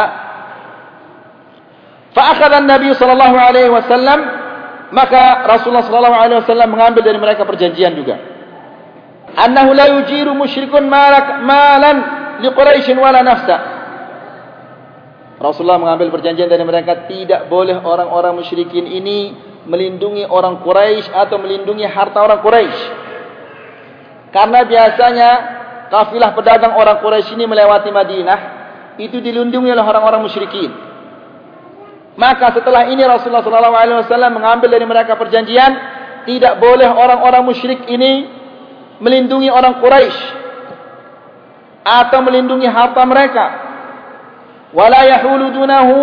Fa akhadha an-nabi sallallahu alaihi wasallam, maka Rasulullah sallallahu alaihi wasallam mengambil dari mereka perjanjian juga. Annahu la yujiru musyrikun malan li Quraisy wala nafsa. Rasulullah mengambil perjanjian dari mereka, tidak boleh orang-orang musyrikin ini melindungi orang Quraisy atau melindungi harta orang Quraisy. Karena biasanya kafilah pedagang orang Quraisy ini melewati Madinah, itu dilindungi oleh orang-orang musyrikin. Maka setelah ini Rasulullah SAW mengambil dari mereka perjanjian, tidak boleh orang-orang musyrik ini melindungi orang Quraisy atau melindungi harta mereka. Wala yahulu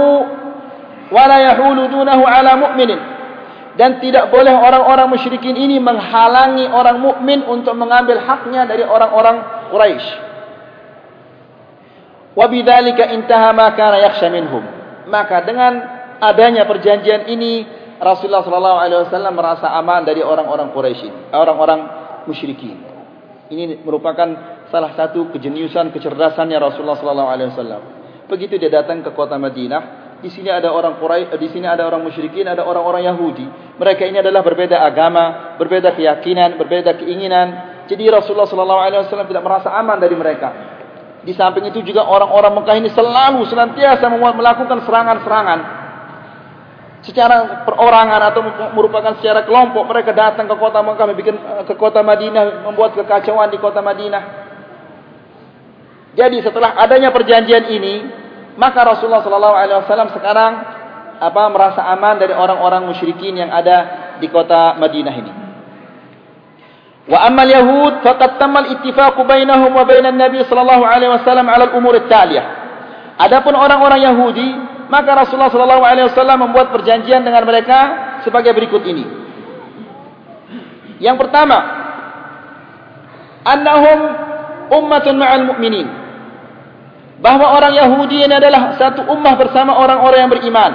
dunahu ala mu'minin. Dan tidak boleh orang-orang musyrikin ini menghalangi orang mukmin untuk mengambil haknya dari orang-orang Quraisy. Wa bidzalika intaha ma kana yakhsha minhum. Maka dengan adanya perjanjian ini, Rasulullah SAW merasa aman dari orang-orang Quraisy, orang-orang musyrikin. Ini merupakan salah satu kejeniusan, kecerdasannya Rasulullah SAW. Begitu dia datang ke kota Madinah, di sini ada orang Quraisy, di sini ada orang musyrikin, ada orang-orang Yahudi. Mereka ini adalah berbeda agama, berbeda keyakinan, berbeda keinginan. Jadi Rasulullah SAW tidak merasa aman dari mereka. Di samping itu juga orang-orang Mekah ini selalu senantiasa melakukan serangan-serangan secara perorangan atau merupakan secara kelompok. Mereka datang ke kota Mekah, ke kota Madinah, membuat kekacauan di kota Madinah. Jadi setelah adanya perjanjian ini, maka Rasulullah SAW sekarang merasa aman dari orang-orang musyrikin yang ada di kota Madinah ini. Wa ammal yahud faqad tamma al-ittifaq bainahum wa bainan nabi sallallahu alaihi wasallam ala al-umur at-taliyah. Adapun orang-orang Yahudi, maka Rasulullah sallallahu alaihi wasallam membuat perjanjian dengan mereka sebagai berikut ini. Yang pertama, annahum ummatun ma'al mu'minin. Bahwa orang Yahudi ini adalah satu ummah bersama orang-orang yang beriman.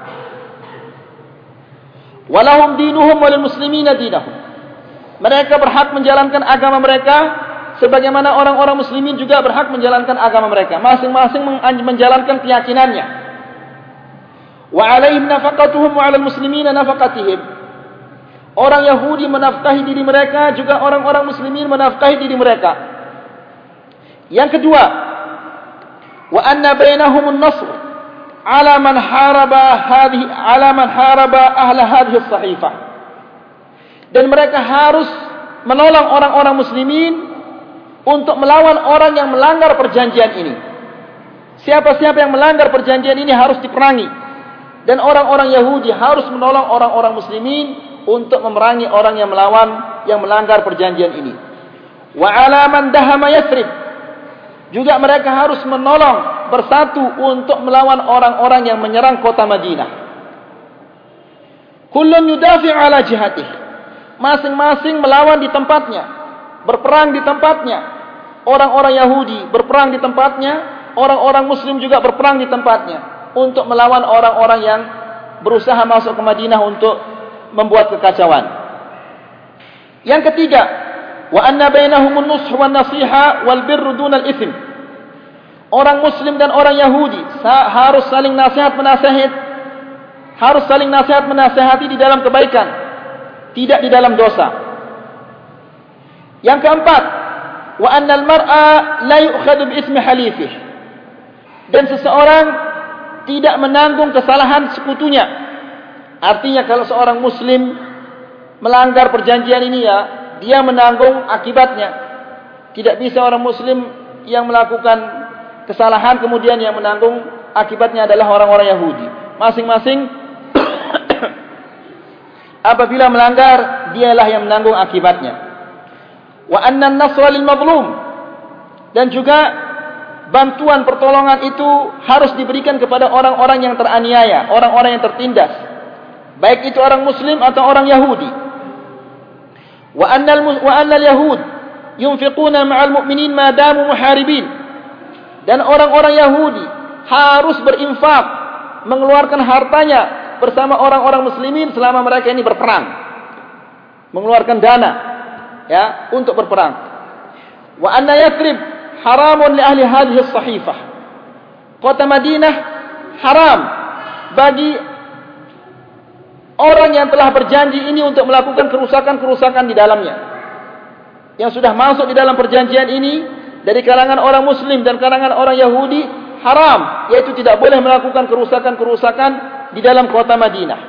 Walahum dinuhum walil muslimina dinahum. Mereka berhak menjalankan agama mereka sebagaimana orang-orang muslimin juga berhak menjalankan agama mereka. Masing-masing menjalankan keyakinannya. Wa alaihim nafaqatuhum wa 'alal muslimina nafaqatihim. Orang Yahudi menafkahi diri mereka, juga orang-orang muslimin menafkahi diri mereka. Yang kedua, wa anna bainahum an-nasr 'ala man haraba ahla hadhihi as-sahifah. Dan mereka harus menolong orang-orang muslimin untuk melawan orang yang melanggar perjanjian ini. Siapa-siapa yang melanggar perjanjian ini harus diperangi. Dan orang-orang Yahudi harus menolong orang-orang muslimin untuk memerangi orang yang melanggar perjanjian ini. Wa 'ala man dahama Yathrib. Juga mereka harus menolong bersatu untuk melawan orang-orang yang menyerang kota Madinah. Kullun yudafi' 'ala jihatihi. Masing-masing melawan di tempatnya, berperang di tempatnya. Orang-orang Yahudi berperang di tempatnya, orang-orang Muslim juga berperang di tempatnya untuk melawan orang-orang yang berusaha masuk ke Madinah untuk membuat kekacauan. Yang ketiga, wa anna bainahumun nush wan nasiha wal birru dunal itsm. Orang Muslim dan orang Yahudi harus saling menasihati di dalam kebaikan, tidak di dalam dosa. Yang keempat, wa annal mar'a la yu'khadhu bi ismi halifih. Dan seseorang tidak menanggung kesalahan sekutunya. Artinya kalau seorang muslim melanggar perjanjian ini, ya, dia menanggung akibatnya. Tidak bisa orang muslim yang melakukan kesalahan kemudian yang menanggung akibatnya adalah orang-orang Yahudi. Masing-masing apabila melanggar, dialah yang menanggung akibatnya. Wa anna an-nasra lil mazlum. Dan juga bantuan pertolongan itu harus diberikan kepada orang-orang yang teraniaya, orang-orang yang tertindas. Baik itu orang muslim atau orang Yahudi. Wa anna al-yahud yunfiquna ma'al mu'minin ma damu muharibin. Dan orang-orang Yahudi harus berinfak, mengeluarkan hartanya bersama orang-orang muslimin selama mereka ini berperang, mengeluarkan dana, ya, untuk berperang. Wa anna Yathrib haramun li ahli hadhihi as-sahifah. Kota Madinah haram bagi orang yang telah berjanji ini untuk melakukan kerusakan-kerusakan di dalamnya. Yang sudah masuk di dalam perjanjian ini dari kalangan orang muslim dan kalangan orang Yahudi haram, yaitu tidak boleh melakukan kerusakan-kerusakan di dalam kota Madinah.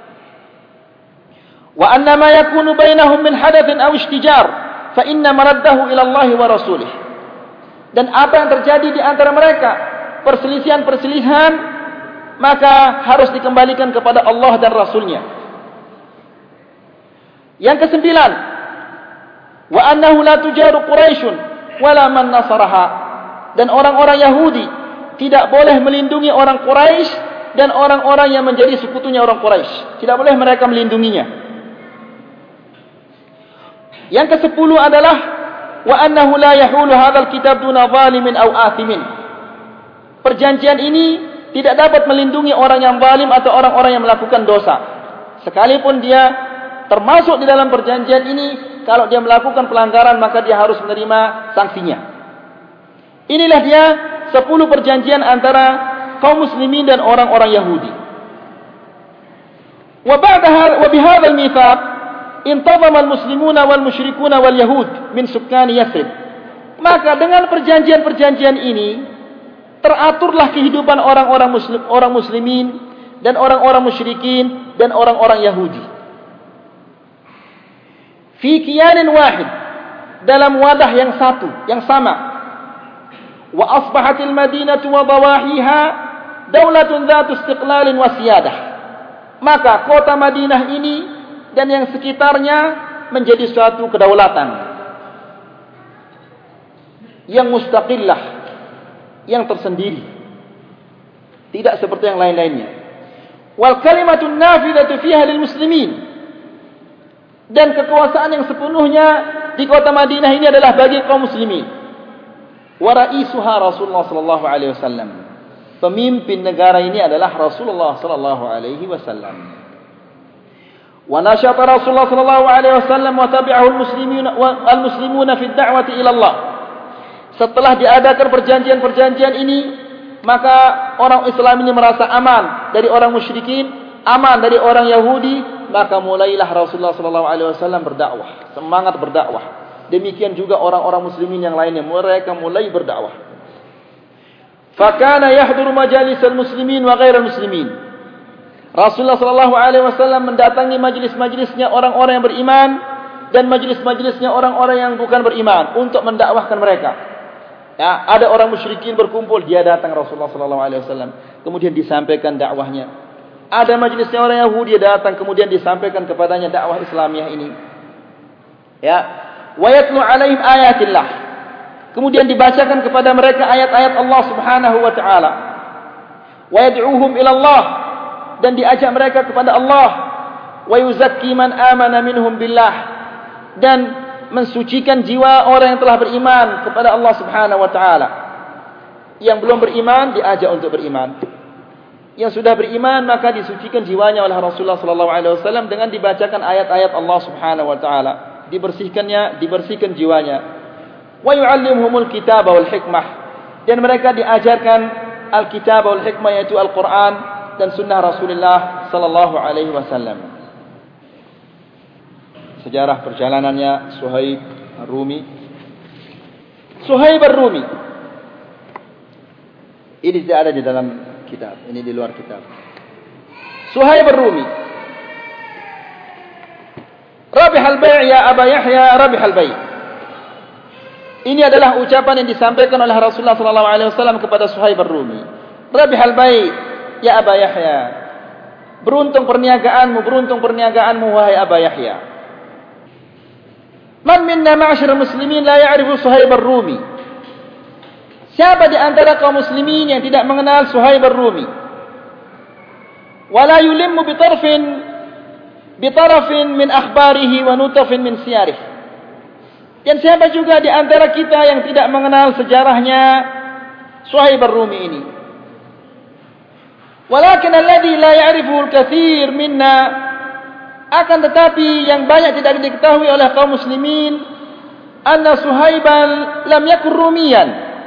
Wa anna ma yakunu bainahum min hadatsin aw ishtijar fa inna maraddahu ila Allah wa rasulih. Dan apa yang terjadi di antara mereka, perselisihan-perselisihan, maka harus dikembalikan kepada Allah dan Rasulnya. Yang kesembilan, wa annahu la tujaru Quraisyun wala man nasaraha. Dan orang-orang Yahudi tidak boleh melindungi orang Quraisy dan orang-orang yang menjadi sekutunya orang Quraisy. Tidak boleh mereka melindunginya. Yang ke-10 adalah wa annahu la yahulu hadzal kitab duna zalimin aw athimin. Perjanjian ini tidak dapat melindungi orang yang zalim atau orang-orang yang melakukan dosa. Sekalipun dia termasuk di dalam perjanjian ini, kalau dia melakukan pelanggaran maka dia harus menerima sanksinya. Inilah dia 10 perjanjian antara kaum muslimin dan orang-orang Yahudi. Wa bihadzal mitsaq intazama al-muslimuna wal musyrikuna wal yahud min sukkani Yathrib. Maka dengan perjanjian-perjanjian ini teraturlah kehidupan orang muslimin dan orang-orang musyrikin dan orang-orang Yahudi. Fi kiyanin wahid, dalam wadah yang satu, yang sama. wa asbahatil madinatu wa dawahiha daulatun dzatu istiqlalin wa siyadah. Maka kota Madinah ini dan yang sekitarnya menjadi suatu kedaulatan yang mustaqillah, yang tersendiri, tidak seperti yang lain-lainnya. Wal kalimatun nafidatu fiha lil muslimin, dan kekuasaan yang sepenuhnya di kota Madinah ini adalah bagi kaum muslimin. Wa raisuha Rasulullah sallallahu alaihi wasallam, pemimpin negara ini adalah Rasulullah sallallahu alaihi wasallam. Wa nashata Rasulullah sallallahu alaihi wasallam wa tabi'ahu al-muslimuna fi ad-da'wati ila Allah. Setelah diadakan perjanjian-perjanjian ini, maka orang Islam ini merasa aman dari orang musyrikin, aman dari orang Yahudi, maka mulailah Rasulullah sallallahu alaihi wasallam berdakwah, semangat berdakwah. Demikian juga orang-orang muslimin yang lainnya, mereka mulai berdakwah. Fakana yahduru majalisal muslimin wa ghairal muslimin. Rasulullah sallallahu alaihi wasallam mendatangi majlis-majlisnya orang-orang yang beriman dan majlis-majlisnya orang-orang yang bukan beriman untuk mendakwahkan mereka. Ya, ada orang musyrikin berkumpul, dia datang Rasulullah sallallahu alaihi wasallam, kemudian disampaikan dakwahnya. Ada majlisnya orang Yahudi, dia datang, kemudian disampaikan kepadanya dakwah Islamiah ini. Ya, wa yatlu alaihim ayatillah. Kemudian dibacakan kepada mereka ayat-ayat Allah Subhanahu wa taala. Wa yad'uuhum ila Allah, dan diajak mereka kepada Allah. Wa yuzakki man amana minhum billah, dan mensucikan jiwa orang yang telah beriman kepada Allah Subhanahu wa taala. Yang belum beriman diajak untuk beriman. Yang sudah beriman maka disucikan jiwanya oleh Rasulullah sallallahu alaihi wasallam dengan dibacakan ayat-ayat Allah Subhanahu wa taala. Dibersihkan jiwanya. Wa yu'allimuhumul kitaba wal hikmah, dan mereka diajarkan al-kitab wal hikmah, yaitu Al-Qur'an dan sunnah Rasulullah sallallahu alaihi wasallam. Sejarah perjalanannya Suhaib Ar-Rumi. Suhaib Ar-Rumi ini tidak ada di dalam kitab, ini di luar kitab. Suhaib Ar-Rumi, Rabihal bai' ya Aba Yahya, Rabihal bai'. Ini adalah ucapan yang disampaikan oleh Rasulullah sallallahu alaihi wasallam kepada Suhaib Ar-Rumi. Rabihal bai' ya Aba Yahya. Beruntung perniagaanmu wahai Aba Yahya. Man minna ma'asyiral muslimin la ya'rifu Suhaib Ar-Rumi. Siapa di antara kaum muslimin yang tidak mengenal Suhaib Ar-Rumi? Wala yulimmu bitarafin min akhbarihi wa nutafin min siyarih. Dan siapa juga di antara kita yang tidak mengenal sejarahnya Suhaib Ar-Rumi ini? Walakin alladhi la ya'rifu al-kathir minna, akan tetapi yang banyak tidak diketahui oleh kaum muslimin, anna Suhaiban lam yakun Rumiyan,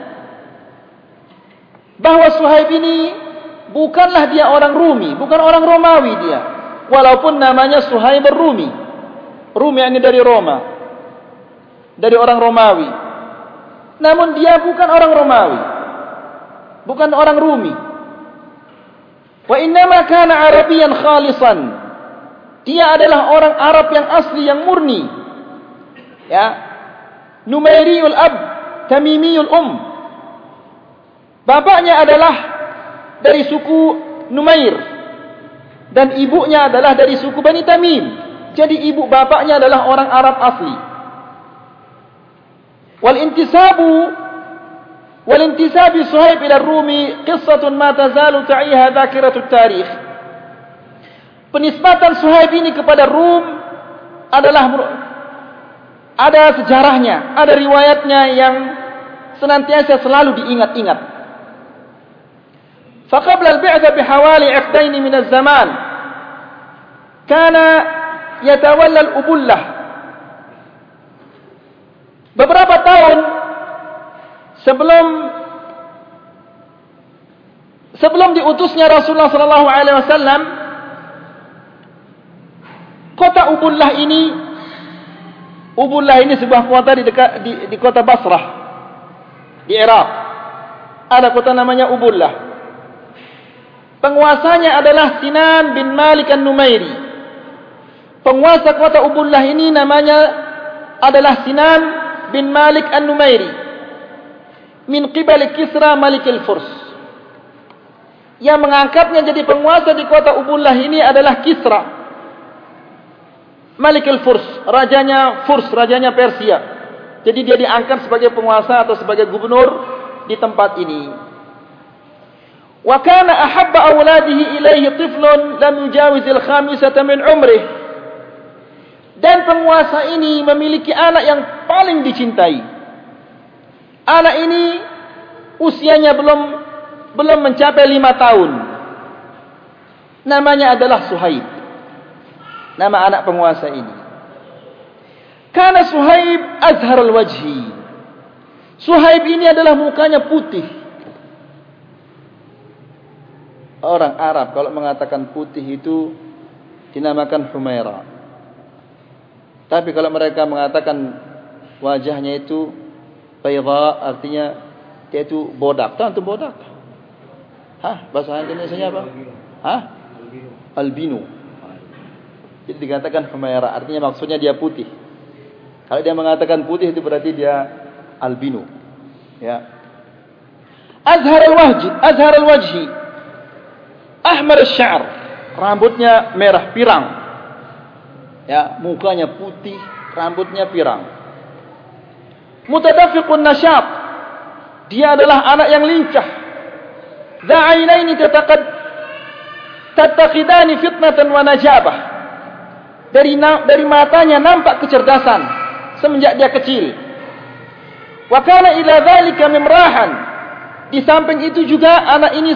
bahwa Suhaib ini bukanlah dia orang Rumi, bukan orang Romawi dia, walaupun namanya Suhaib Ar-Rumi. Rumi ini dari Roma, dari orang Romawi. Namun dia bukan orang Romawi, bukan orang Rumi. Wa innama kana Arabiyan khalisan. Dia adalah orang Arab yang asli, yang murni. Ya. Numairiyul ab, Tamimiyul Bapaknya adalah dari suku Numair dan ibunya adalah dari suku Bani Tamim. Jadi ibu bapaknya adalah orang Arab asli. Walintisabi Suhaib ila Rumi qissatun ma tazalu ta'iha dhakiratut tarikh. Penisbatan Suhaib ini kepada Rum adalah ada sejarahnya, ada riwayatnya yang senantiasa selalu diingat-ingat. Faqabla al-bi'tha bihawali 'aqdain min az-zaman kana yatawalla al-ubullah. Beberapa tahun sebelum diutusnya Rasulullah sallallahu alaihi wasallam, kota Ubullah ini sebuah kota di kota Basrah di Irak. Ada kota namanya Ubullah. Penguasanya adalah Sinan bin Malik An-Numairi. Penguasa kota Ubullah ini namanya adalah Sinan bin Malik An-Numairi. min qibali Kisra Malikil Furs. Yang mengangkatnya jadi penguasa di kota Ubullah ini adalah Kisra Malikil Furs, rajanya Furs, rajanya Persia. Jadi dia diangkat sebagai penguasa atau sebagai gubernur di tempat ini. Wa kana ahabba awladihi ilaihi tiflun lam yujawizil khamisata min umrih. Dan penguasa ini memiliki anak yang paling dicintai. Anak ini usianya belum mencapai 5 tahun. Namanya adalah Suhaib. Nama anak penguasa ini. Karena Suhaib azhar al-wajhi. Suhaib ini adalah mukanya putih. Orang Arab kalau mengatakan putih itu dinamakan Humaira. Tapi kalau mereka mengatakan wajahnya itu bayda, artinya dia itu bodak. Tahu itu bodak? Hah? Bahasa Indonesianya apa? Hah? Albino. Jadi dikatakan Humaira, artinya maksudnya dia putih. Kalau dia mengatakan putih itu berarti dia albino. Ya. Azhar al-wajhi. Ahmar al-sya'r. Rambutnya merah pirang. Ya, mukanya putih, rambutnya pirang. Mutadafiqun nasyat. Dia adalah anak yang lincah. Dza'ainaini tattaqidani fitnatan wa najabah. Dari matanya nampak kecerdasan semenjak dia kecil. Wa kana ila dzalika mimrahan. Di samping itu juga anak ini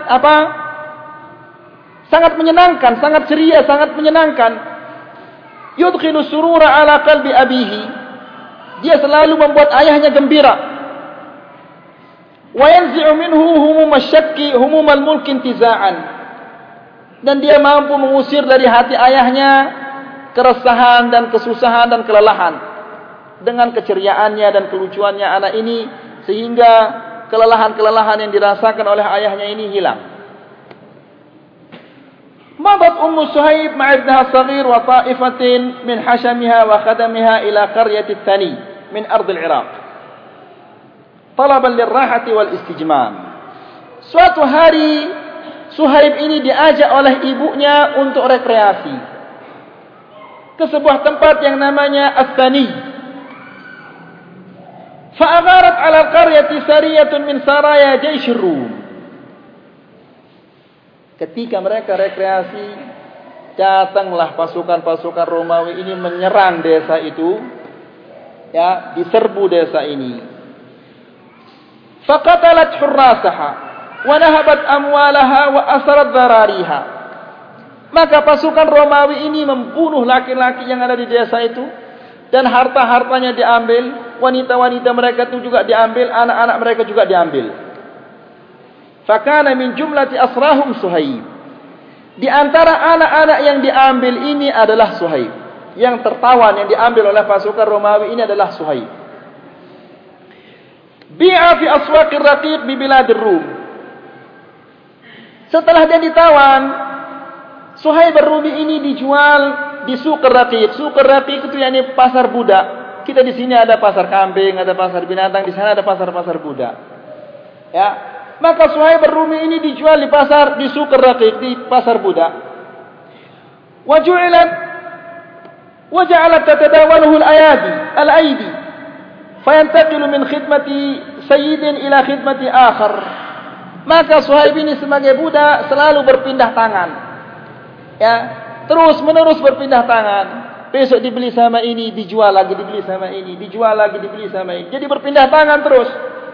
sangat menyenangkan, sangat ceria, sangat menyenangkan. Yudkhilu surura ala qalbi abihi. Dia selalu membuat ayahnya gembira. Wa yanzi'u minhu humum asy-syakki, humum al-mulk intiza'an. Dan dia mampu mengusir dari hati ayahnya keresahan dan kesusahan dan kelelahan. Dengan keceriaannya dan kelucuannya anak ini, sehingga kelelahan-kelelahan yang dirasakan oleh ayahnya ini hilang. Madat Ummu Suhaib ma'a ibnaha as-saghir wa ta'ifatin min hashamiha wa khadamiha ila qaryati Thani min ardh al-Iraq. Talaban lirrahati wal istijmam. Suatu hari Suhaib ini diajak oleh ibunya untuk rekreasi ke sebuah tempat yang namanya As-Thani. Fa'agharat 'ala al-qaryati sariyatun min saraya jaysh ar-Rum. Ketika mereka rekreasi, datanglah pasukan-pasukan Romawi ini menyerang desa itu, ya, diserbu desa ini. Faqatalat hurrasaha wa nahabat amwalaha wa asarat dharariha. Maka pasukan Romawi ini membunuh laki-laki yang ada di desa itu, dan harta-hartanya diambil, wanita-wanita mereka itu juga diambil, anak-anak mereka juga diambil. Fakana min jumlati asrahum Suhaib. Di antara anak-anak yang diambil ini adalah Suhaib. Yang tertawan yang diambil oleh pasukan Romawi ini adalah Suhaib. Bi'a fi aswaqir raqiq bi biladir Rum. Setelah dia ditawan, Suhaib ar-Rumi ini dijual di Suq ar-Raqiq. Suq ar-Raqiq itu yakni pasar budak. Kita di sini ada pasar kambing, ada pasar binatang, di sana ada pasar-pasar budak. Ya. Maka Suhaib ar-Rumi ini dijual di pasar, di Suq ar-Raqiq, di pasar budak. Waja'alat tatadawaluhu al-aidi. Fayantaqilu min khidmati sayyidin ila khidmati akhar. Maka Suhaib ini sebagai budak selalu berpindah tangan. Ya, terus menerus berpindah tangan. Besok dibeli sama ini, dijual lagi, dibeli sama ini, dijual lagi, dibeli sama ini. Jadi berpindah tangan terus.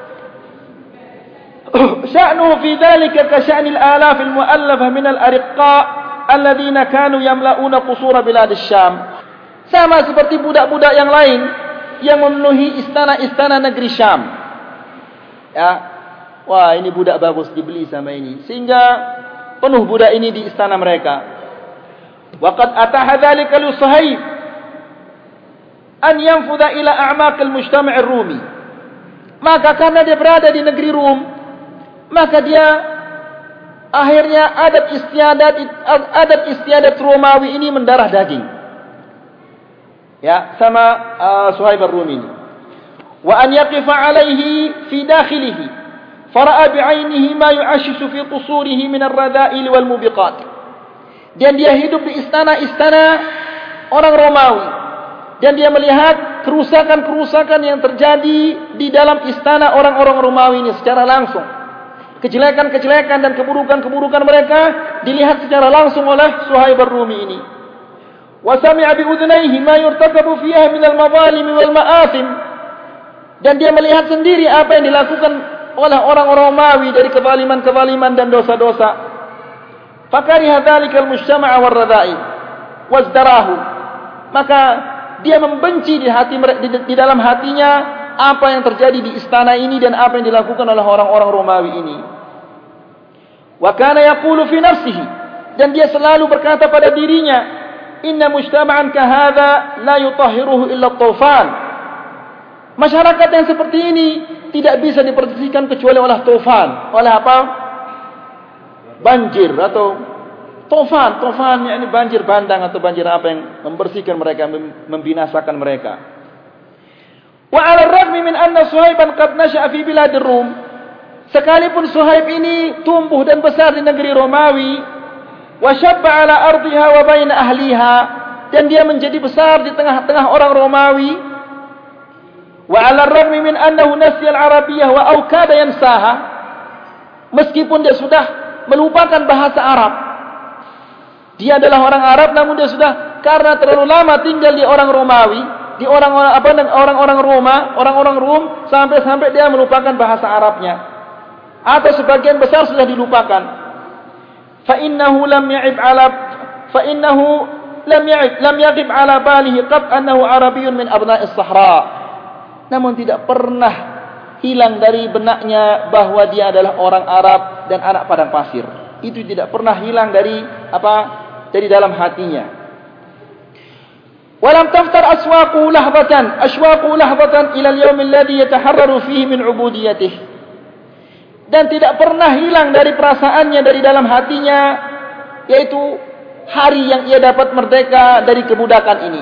Sya'nuhu fi dhalika ka sya'nil alaf al-mu'allafah min al-ariqa alladhina kanu yamla'una qusura bilad asy-Syam. Sama seperti budak-budak yang lain yang memenuhi istana-istana negeri Syam. Ya. Wah, ini budak bagus, dibeli sama ini. Sehingga penuh budak ini di istana mereka. Wa qad ataha dhalika li Suhaib an yanfudha ila a'maq al-mujtama' ar-Rumi. Maka karena dia berada di negeri Rum, maka dia akhirnya adat istiadat Romawi ini mendarah daging. Ya, sama Suhaib ar-Rumi ini. wa an yaqifa alaihi fi dakhilihi fara'a bi'ainihi ma yu'ashisu fi qusurihi min ar-rada'il wal mubiqat. Dan dia hidup di istana-istana orang Romawi, dan dia melihat kerusakan-kerusakan yang terjadi di dalam istana orang-orang Romawi ini secara langsung. Kejelekan-kejelekan dan keburukan-keburukan mereka dilihat secara langsung oleh Suhaib ar-Rumi ini. Wa sami'a bi udhnayhi ma yurtakabu fiha min al-madhalim wal ma'athim. Dan dia melihat sendiri apa yang dilakukan oleh orang-orang Romawi dari kezaliman-kezaliman dan dosa-dosa. Fakariha dzalikal mujtama'a war radha'i wazdarahu. Maka dia membenci di dalam hatinya apa yang terjadi di istana ini dan apa yang dilakukan oleh orang-orang Romawi ini. Wa kana yaqulu fi nafsihi, dan dia selalu berkata pada dirinya, inna mujtama'an kahadha la yutahhiruhu illa at-tufan. Masyarakat yang seperti ini tidak bisa dibersihkan kecuali oleh tufan. Oleh apa? Banjir atau tufan. Tufan yakni banjir bandang atau banjir apa yang membersihkan mereka, membinasakan mereka. Wa 'ala ar-ragmi min anna Suhaiban qad nasha'a fi biladir Rum. Sekalipun Suhaib ini tumbuh dan besar di negeri Romawi, wa syabba 'ala ardiha wa baina ahliha, dan dia menjadi besar di tengah-tengah orang Romawi. Wa 'ala ar-ragmi min annahu nasiya al-arabiyyah wa awkada yansaha. Meskipun dia sudah melupakan bahasa Arab. Dia adalah orang Arab, namun dia sudah karena terlalu lama tinggal di orang Romawi, di orang-orang Roma, orang-orang Rum, sampai dia melupakan bahasa Arabnya. Atau sebagian besar sudah dilupakan. Fa innahu lam yaghib ala balihi qad annahu arabiyyun min abna'is sahra. Namun tidak pernah hilang dari benaknya bahwa dia adalah orang Arab dan anak padang pasir. Itu tidak pernah hilang dari dalam hatinya. Walam taftar ashwaqu lahbatan ila al-yawm alladhi yataharraru fihi min ubudiyyatihi. Dan tidak pernah hilang dari perasaannya, dari dalam hatinya, yaitu hari yang ia dapat merdeka dari kebudakan ini.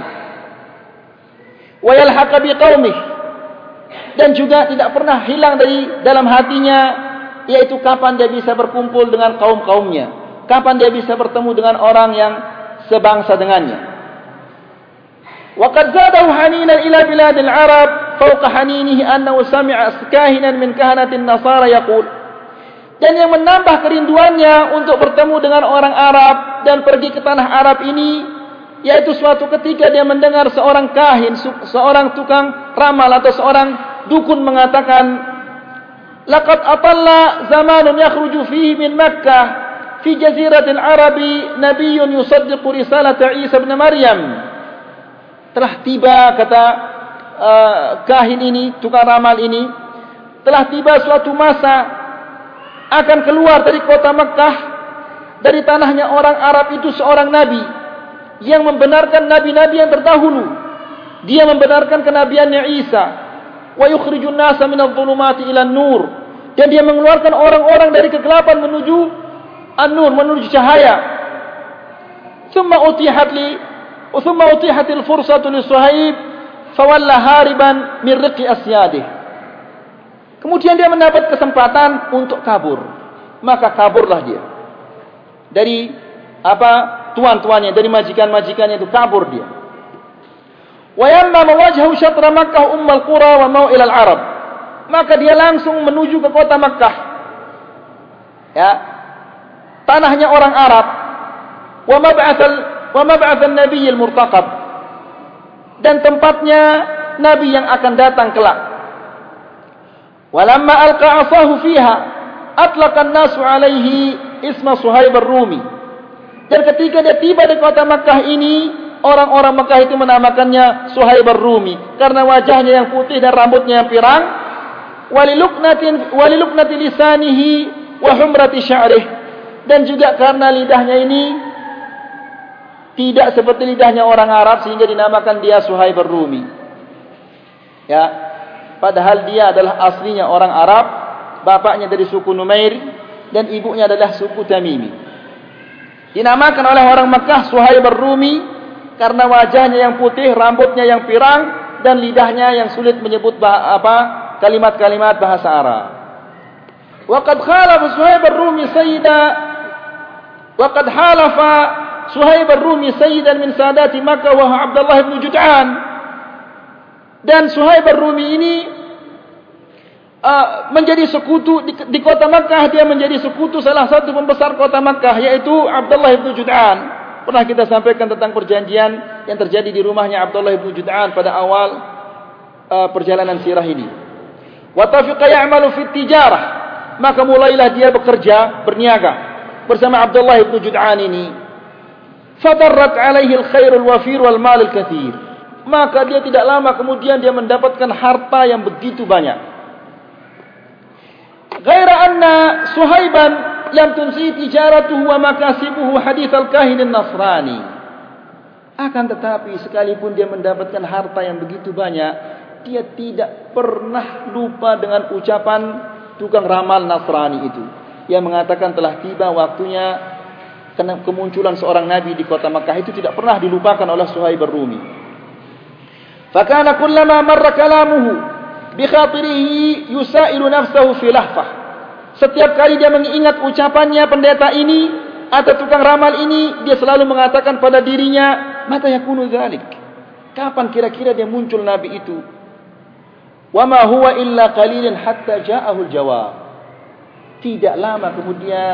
Wa yalhaqa biqaumih, dan juga tidak pernah hilang dari dalam hatinya, yaitu kapan dia bisa berkumpul dengan kaum-kaumnya, kapan dia bisa bertemu dengan orang yang sebangsa dengannya. Wa qad zadahu haninan ila biladil Arab fawqa haninihi annahu sami'a kahinan min kahanatin Nasara yaqul. Dan yang menambah kerinduannya untuk bertemu dengan orang Arab dan pergi ke tanah Arab ini, yaitu suatu ketika dia mendengar seorang kahin, seorang tukang ramal atau seorang dukun mengatakan, laqad atalla zamanun yakhruju fihi min Makkah fi jaziratil Arabi nabiyyun yusaddiqu risalata Isa ibn Maryam. Telah tiba, kata kahin ini, tukang ramal ini, telah tiba suatu masa akan keluar dari kota Makkah, dari tanahnya orang Arab itu seorang nabi yang membenarkan nabi-nabi yang terdahulu. Dia membenarkan kenabiannya Isa. Wa yukhrijun nasa minadh dhulumati ila an-nur. Dan dia mengeluarkan orang-orang dari kegelapan menuju an-nur, menuju cahaya. Thumma utihatil fursatu li Suhaib fawalla hariban min riqi asyadih. Kemudian dia mendapat kesempatan untuk kabur. Maka kaburlah dia dari tuan-tuannya, dari majikan-majikannya itu kabur dia. Wa yamma mawajhahu syatra Makkah ummul qura wa mau'il al-Arab. Maka dia langsung menuju ke kota Makkah. Ya. Tanahnya orang Arab. Wa mab'ath an-nabiy al-murtaqab. Dan tempatnya nabi yang akan datang kelak. Walamma alqa asahu fiha atlaqa an-nasu alaihi isma Suhaib ar-Rumi. Dan ketika dia tiba di kota Makkah ini, orang-orang Makkah itu menamakannya Suhaib ar-Rumi karena wajahnya yang putih dan rambutnya yang pirang, waliluknati lisanihi wa humrati sya'rih, dan juga karena lidahnya ini tidak seperti lidahnya orang Arab sehingga dinamakan dia Suhaib ar-Rumi. Ya. Padahal dia adalah aslinya orang Arab, bapaknya dari suku Numair dan ibunya adalah suku Tamimi. Dinamakan oleh orang Makkah Suhaib ar-Rumi karena wajahnya yang putih, rambutnya yang pirang, dan lidahnya yang sulit menyebut kalimat-kalimat bahasa Arab. Waqad khalafa Suhaib ar-Rumi sayyidan min sadati Makkah wa Abdullah bin Jud'an. Dan Suhaib ar-Rumi ini menjadi sekutu di kota Makkah. Dia menjadi sekutu salah satu pembesar kota Makkah, yaitu Abdullah bin Jud'an. Pernah kita sampaikan tentang perjanjian yang terjadi di rumahnya Abdullah bin Jud'an pada awal perjalanan sirah ini. Wa tafiqa ya'malu fi tijarah, maka mulailah dia bekerja, berniaga bersama Abdullah bin Jud'an ini. Fadarrat alaihi al-khairul wafir wal mal al-kathir, maka dia tidak lama kemudian dia mendapatkan harta yang begitu banyak. Ghaira anna Suhaiban lam tunsi tijaratuhu wa makasibuhu hadits al-kahin an-nasrani. Akan tetapi sekalipun dia mendapatkan harta yang begitu banyak, dia tidak pernah lupa dengan ucapan tukang ramal Nasrani itu yang mengatakan telah tiba waktunya kemunculan seorang nabi di kota Makkah. Itu tidak pernah dilupakan oleh Suhaib ar-Rumi. Fakana kullama marra kalamuhu bi khatirihi yusailu nafsahu fi lahfah. Setiap kali dia mengingat ucapannya pendeta ini atau tukang ramal ini, dia selalu mengatakan pada dirinya, mata yakunu dzalik, kapan kira-kira dia muncul nabi itu? Wa ma huwa illa qalilun hatta ja'ahu al-jawab. Tidak lama kemudian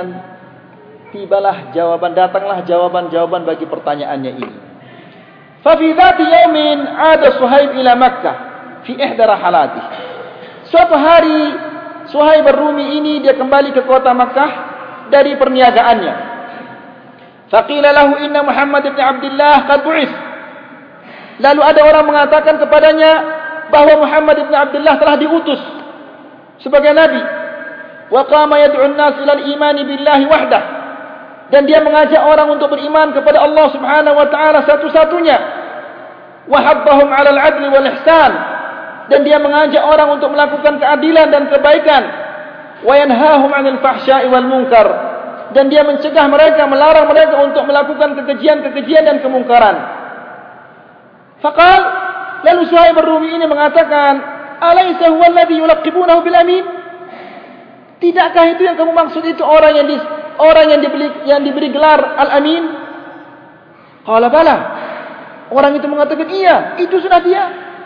datanglah jawaban bagi pertanyaannya ini. Fa fi dzati yaumin 'ada Suhaib ila Makkah fi ihda rahalati. Suatu hari Suhaib ar-Rumi ini dia kembali ke kota Makkah dari perniagaannya. Faqila lahu inna Muhammad ibn Abdullah qad bu'its. Lalu ada orang mengatakan kepadanya bahwa Muhammad ibn Abdullah telah diutus sebagai nabi. Wa qama yad'u an-nas ila al-iman billahi wahdah. Dan dia mengajak orang untuk beriman kepada Allah Subhanahu wa taala satu-satunya. Wa haddahum 'ala al-'adl wal ihsan. Dan dia mengajak orang untuk melakukan keadilan dan kebaikan. Wa yanhahum 'anil fahsya'i wal munkar. Dan dia mencegah mereka, melarang mereka untuk melakukan kekejian-kekejian dan kemungkaran. Faqal, lalu Suhaib ar-Rumi ini mengatakan, "Alaysa huwa alladhi yulaqibunahu bil amin?" Tidakkah itu yang kamu maksud itu orang yang diberi gelar Al-Amin? Qala bala. Orang itu mengatakan, "Iya, itu sudah dia."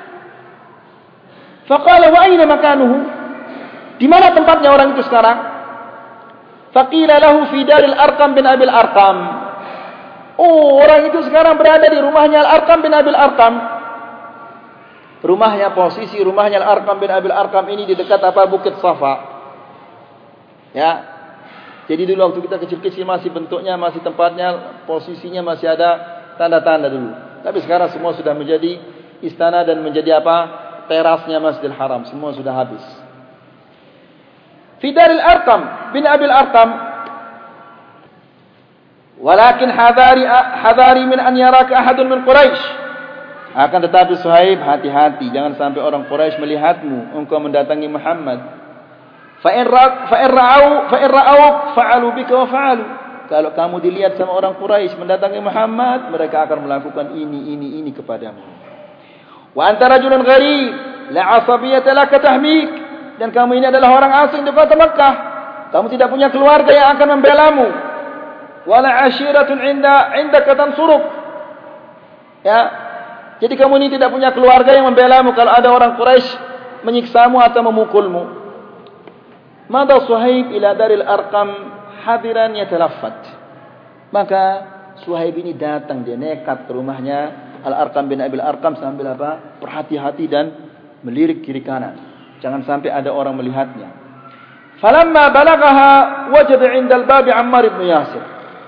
Faqala wa aina makanuhu? Di mana tempatnya orang itu sekarang? Faqila lahu fi daril Arqam bin Abil Arqam. Oh, orang itu sekarang berada di rumahnya Al-Arqam bin Abil Arqam. Posisi rumahnya Al-Arqam bin Abil Arqam ini di dekat Bukit Safa. Ya. Jadi dulu waktu kita kecil-kecil masih bentuknya, masih tempatnya, posisinya masih ada tanda-tanda dulu. Tapi sekarang semua sudah menjadi istana dan menjadi terasnya Masjidil Haram. Semua sudah habis. Fi daril Arqam bin Abil Arqam. Walakin hadari min an yaraka ahadun min Quraisy. Akan tetapi Suhaib, hati-hati, jangan sampai orang Quraisy melihatmu engkau mendatangi Muhammad. Fa in ra'au fa'alu bika wa fa'alu. Kalau kamu dilihat sama orang Quraisy mendatangi Muhammad, mereka akan melakukan ini kepadamu. Wa anta rajulun gharib, la 'asabiyyata laka tahmik. Dan kamu ini adalah orang asing di kota Makkah. Kamu tidak punya keluarga yang akan membelamu. Wala 'ashiratun 'indaka tansuruk. Ya. Jadi kamu ini tidak punya keluarga yang membelamu kalau ada orang Quraisy menyiksamu atau memukulmu. Mada Suhaib ila daril Arqam hadiran yatalaffat. Maka Suhaib ini datang, dia nekat ke rumahnya Al-Arqam bin Abil Arqam sambil berhati-hati dan melirik kiri kanan. Jangan sampai ada orang melihatnya. Falamma balaghaha wajada 'inda al-bab Ammar bin Yasir.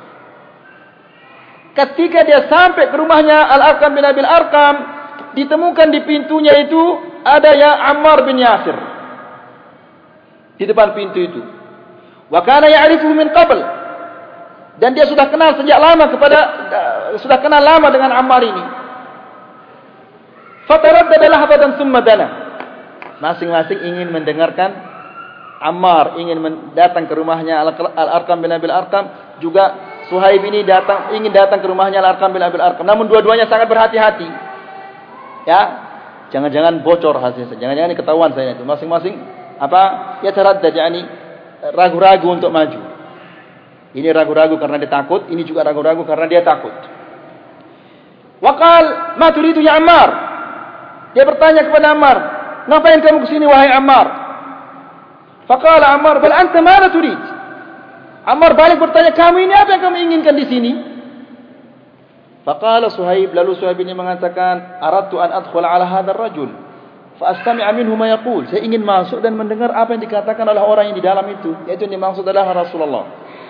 Ketika dia sampai ke rumahnya Al-Arqam bin Abil Arqam, ditemukan di pintunya itu ada Ammar bin Yasir. Di depan pintu itu. Wa kana ya'rifuhu min qabl. Dan dia sudah kenal sejak lama dengan Ammar ini. Fataraddada lahzatan thumma dana. Masing-masing ingin mendengarkan Ammar, ingin datang ke rumahnya Al-Arqam bin Abil Arqam, juga Suhaib ini ingin datang ke rumahnya Al-Arqam bin Abil Arqam. Namun dua-duanya sangat berhati-hati. Ya. Jangan-jangan bocor hasilnya. Jangan-jangan ketahuan saya itu. Masing-masing ya taraddad yani ragu-ragu untuk maju. Ini ragu-ragu karena dia takut, ini juga ragu-ragu karena dia takut. Waqal, "Ma turidu ya Ammar?" Dia bertanya kepada Ammar, "Ngapain kamu ke sini wahai Ammar?" Faqala Ammar, "Bal anta ma turid?" Ammar balik bertanya, "Kamu ini apa yang kamu inginkan di sini?" Faqala Suhaib, lalu Suhaib ini mengatakan, "Aradtu an adkhula ala hadzal rajul fa astami' minhu ma yaqul." Saya ingin masuk dan mendengar apa yang dikatakan oleh orang yang di dalam itu, yaitu yang dimaksud adalah Rasulullah.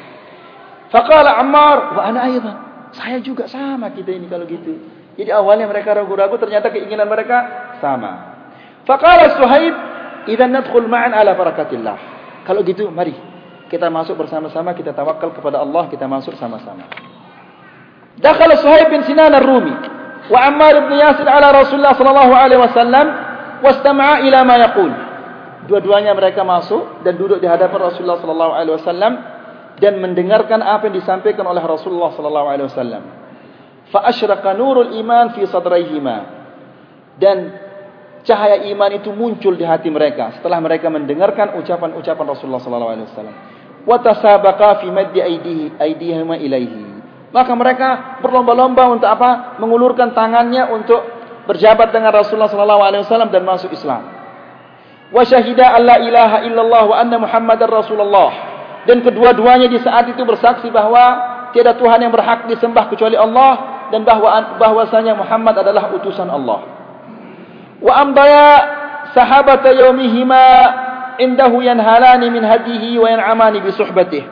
Faqala Ammar, "Wa ana aidan." Saya juga sama kita ini kalau gitu. Jadi awalnya mereka ragu-ragu, ternyata keinginan mereka sama. Faqala Suhaib, "Idzan nadkhul ma'an ala barakatillah." Kalau gitu mari kita masuk bersama-sama, kita tawakal kepada Allah, kita masuk sama-sama. Dakhala Suhaib bin Sinan ar-Rumi wa Ammar bin Yasir ala Rasulullah sallallahu alaihi wasallam wastama'a ila ma yaqul. Dua-duanya mereka masuk dan duduk di hadapan Rasulullah sallallahu alaihi wasallam dan mendengarkan apa yang disampaikan oleh Rasulullah sallallahu alaihi wasallam. Fa asyraqa nurul iman fi sadraihima. Dan cahaya iman itu muncul di hati mereka setelah mereka mendengarkan ucapan-ucapan Rasulullah sallallahu alaihi wasallam. Wa tasabaqa fi maddi aydihima ilaihi. Maka mereka berlomba-lomba untuk mengulurkan tangannya untuk berjabat dengan Rasulullah sallallahu alaihi wasallam dan masuk Islam. Wa syahida alla ilaha illallah wa anna Muhammadar Rasulullah. Dan kedua-duanya di saat itu bersaksi bahwa tiada Tuhan yang berhak disembah kecuali Allah dan bahwasanya Muhammad adalah utusan Allah. Wa amdaya sahabata yaumihima indahu yanhalani min hadihi wa yan'amani bi suhbatihi.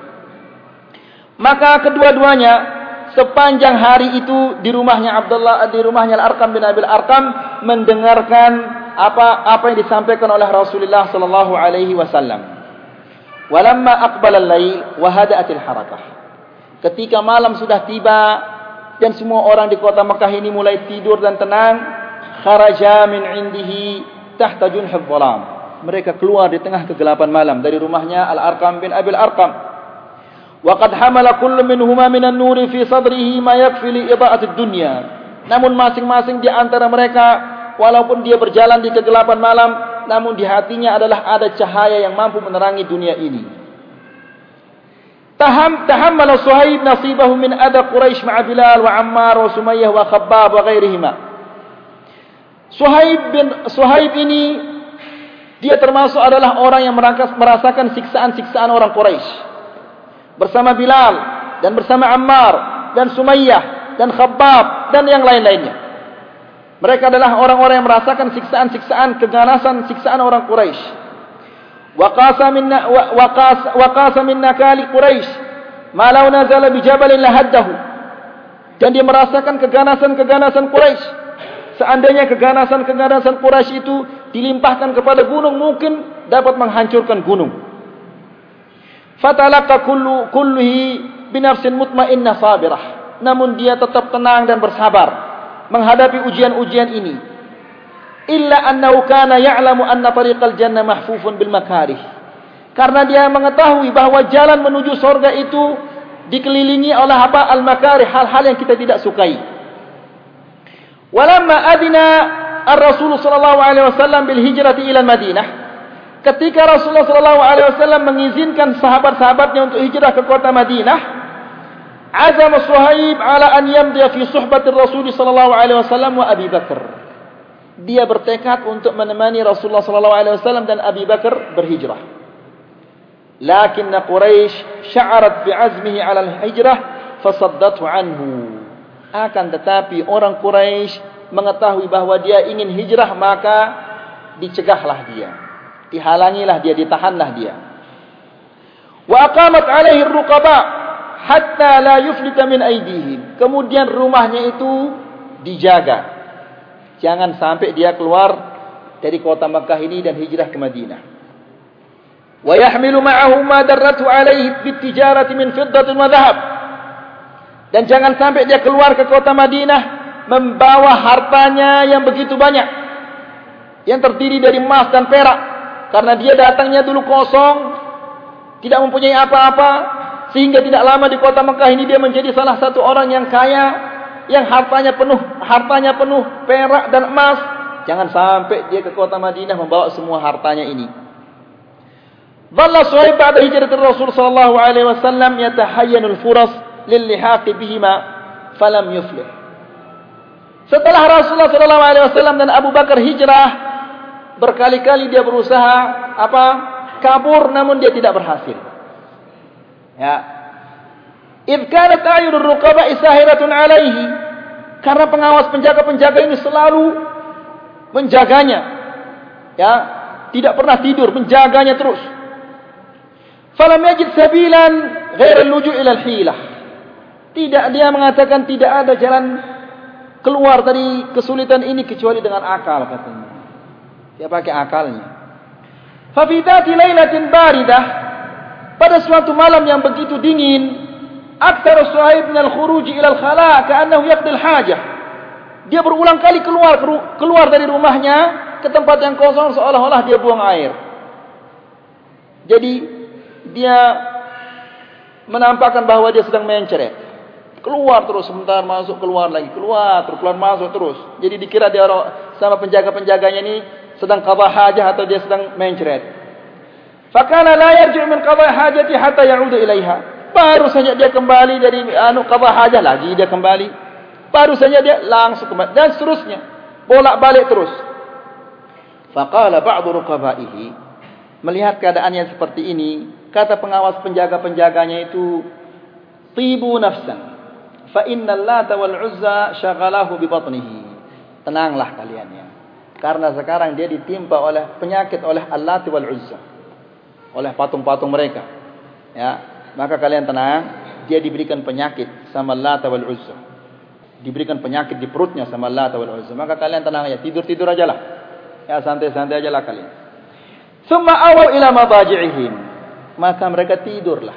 Maka kedua-duanya sepanjang hari itu di rumahnya Al-Arqam bin Abil Arqam mendengarkan apa yang disampaikan oleh Rasulullah sallallahu alaihi wasallam. Walamma aqbala al-lail wa hada'atil harakah. Ketika malam sudah tiba dan semua orang di kota Mekah ini mulai tidur dan tenang, kharaja min indihi tahta junhul dhalam. Mereka keluar di tengah kegelapan malam dari rumahnya Al-Arqam bin Abil Arqam. Waqad hamala kullu minhuma minan nuri fi sadrihi ma yakfi li ida'atid dunya. Namun masing-masing di antara mereka walaupun dia berjalan di kegelapan malam, namun di hatinya adalah ada cahaya yang mampu menerangi dunia ini. Tahammala Suhaib nasibahu min adab Quraisy ma'a Bilal wa Ammar wa Sumayyah wa Khabbab wa ghairihima. Suhaib ini dia termasuk adalah orang yang merasakan siksaan-siksaan orang Quraisy. Bersama Bilal dan bersama Ammar dan Sumayyah dan Khabbab dan yang lain-lainnya. Mereka adalah orang-orang yang merasakan siksaan-siksaan, keganasan siksaan orang Quraisy. Waqasa min nakali Quraisy ma law nazala bi jabalin lahaddahu. Dan dia merasakan keganasan-keganasan Quraisy. Seandainya keganasan-keganasan Quraisy itu dilimpahkan kepada gunung, mungkin dapat menghancurkan gunung. Fatalaqa kulluhi binafsin mutmainnah sabirah. Namun dia tetap tenang dan bersabar menghadapi ujian-ujian ini. Illa annahu kana ya'lamu anna tariqal jannah mahfufun bil makarih. Karena dia mengetahui bahwa jalan menuju surga itu dikelilingi oleh al-makarih, hal-hal yang kita tidak sukai. Walamma adina ar-Rasul sallallahu alaihi wasallam bil hijrati ila Madinah. Ketika Rasulullah sallallahu alaihi wasallam mengizinkan sahabat-sahabatnya untuk hijrah ke kota Madinah, azama Suhaib ala an yamdiya fi suhbatir Rasul sallallahu alaihi wasallam wa Abi Bakar. Dia bertekad untuk menemani Rasulullah sallallahu alaihi wasallam dan Abi Bakar berhijrah. Lakinna Quraisy sya'arat bi azmihi ala al-hijrah fasaddathu anhu. Akan tetapi orang Quraisy mengetahui bahwa dia ingin hijrah, maka dicegahlah dia. Dihalangilah dia, ditahanlah dia. Wa aqamat alaihi ar-ruqaba hatta la yuflita min aydihim. Kemudian rumahnya itu dijaga. Jangan sampai dia keluar dari kota Makkah ini dan hijrah ke Madinah. Wa yahmilu ma'ahu ma darratu alaihi bitijarati min fiddatin wa dhahab. Dan jangan sampai dia keluar ke kota Madinah membawa hartanya yang begitu banyak, yang terdiri dari emas dan perak. Karena dia datangnya dulu kosong, tidak mempunyai apa-apa, sehingga tidak lama di kota Mekah ini dia menjadi salah satu orang yang kaya, yang hartanya penuh perak dan emas, jangan sampai dia ke kota Madinah membawa semua hartanya ini. Dhalla Suhaib ba'da hijrat Rasul sallallahu alaihi wasallam yatahayyanu al-furas lil-lihaq bihima falam yuflih. Setelah Rasulullah sallallahu alaihi wasallam dan Abu Bakar hijrah, berkali-kali dia berusaha kabur, namun dia tidak berhasil. Ya. Idh kanat a'yunur ruqaba'i sahiratun alaihi, karena pengawas penjaga-penjaga ini selalu menjaganya. Ya, tidak pernah tidur, menjaganya terus. Falam yajid sabilan ghaira al-luju' ila al-hilah. Tidak, dia mengatakan tidak ada jalan keluar dari kesulitan ini kecuali dengan akal, katanya. Dia pakai akalnya. Fa fi dhati lailatin baridah, pada suatu malam yang begitu dingin, aktsara Suhaib min al-khuruj ila al-khala' ka'annahu yaqdi al-hajah. Dia berulang kali keluar dari rumahnya ke tempat yang kosong seolah-olah dia buang air. Jadi dia menampakkan bahwa dia sedang mencret. Keluar terus, sebentar masuk, keluar lagi, keluar masuk terus. Jadi dikira dia sama penjaga-penjaganya ini sedang qadha hajah atau dia sedang mencret. Fakana la yarji' min qadha hajati hatta ya'udu ilaiha. Baru saja dia kembali dari qadha hajah, lagi dia kembali. Baru saja dia langsung kembali, dan seterusnya. Bolak-balik terus. Faqala ba'du ruqabaihi, melihat keadaannya seperti ini, kata pengawas penjaga-penjaganya itu, tibu nafsan, fa innal Lata wal Uzza syaghalahu bi batnihi. Tenanglah kalian ya. Karena sekarang dia ditimpa oleh penyakit oleh Al-Lat wal Uzza, oleh patung-patung mereka. Ya, maka kalian tenang, dia diberikan penyakit sama Al-Lat wal Uzza. Diberikan penyakit di perutnya sama Al-Lat wal Uzza. Maka kalian tenang aja, tidur-tidur ajalah. Ya, santai-santai ajalah kalian. Tsumma awaw ila madaji'ihim. Maka mereka tidurlah.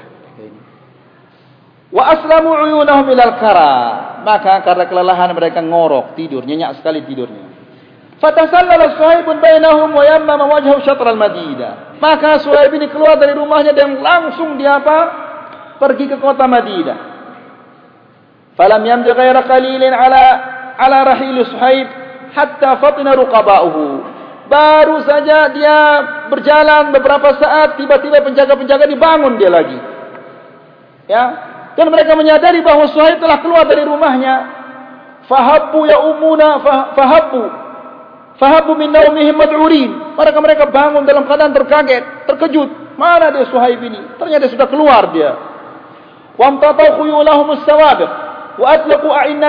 Wa aslamu uyunahum ilal kara. Maka karena kelelahan mereka ngorok, tidur, nyenyak sekali tidurnya. Fatasallala Suhaibun bainahum wa yammama wajhahu syatr al-Madinah. Maka Suhaib ini keluar dari rumahnya dan langsung dia pergi ke kota Madinah. Falam yamdi ghaira qalilin ala rahil Suhaib hatta fatina ruqaba'uhu. Baru saja dia berjalan beberapa saat, tiba-tiba penjaga-penjaga dibangun dia lagi. Ya, dan mereka menyadari bahwa Suhaib telah keluar dari rumahnya. Fahabbu ya umuna fahabbu min naumihim mad'urin. Mereka bangun dalam keadaan terkejut. Mana dia Suhaib ini? Ternyata sudah keluar dia. Wa amtataw khuyulahum as-sawabiq wa atlaqu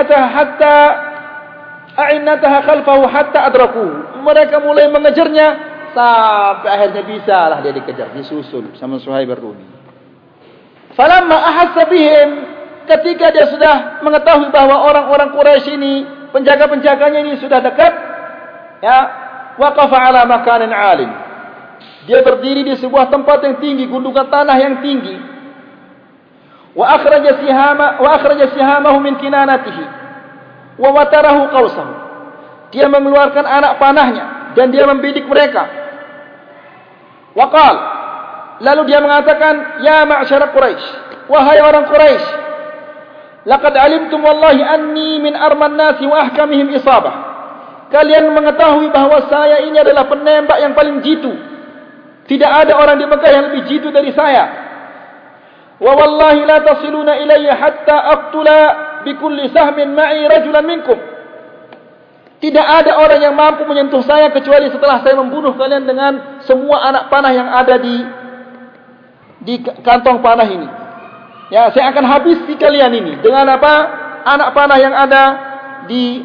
a'innataha khalfahu hatta adrakuhu. Mereka mulai mengejarnya sampai akhirnya bisalah dia dikejar, disusul sama Suhaib ar-Rumi. Falamma ahassa bihim, ketika dia sudah mengetahui bahwa orang-orang Quraisy ini, penjaga-penjaganya ini sudah dekat, ya, waqafa ala makanin 'alim. Dia berdiri di sebuah tempat yang tinggi, gundukan tanah yang tinggi. Wa akhraja sihamahu min kinanatihi wa watarahu qausahu. Dia mengeluarkan anak panahnya dan dia membidik mereka. Wa qala, lalu dia mengatakan, ya ma'syar Quraisy, wahai orang Quraisy, laqad alimtum wallahi anni min arman nasi wa ahkamihim isabah. Kalian mengetahui bahwa saya ini adalah penembak yang paling jitu. Tidak ada orang di Mekah yang lebih jitu dari saya. Wa wallahi la tasiluna ilayya hatta aqtula bikulli sahmin ma'i rajulan minkum. Tidak ada orang yang mampu menyentuh saya kecuali setelah saya membunuh kalian dengan semua anak panah yang ada di kantong panah ini. Ya, saya akan habisi kalian ini dengan apa? Anak panah yang ada di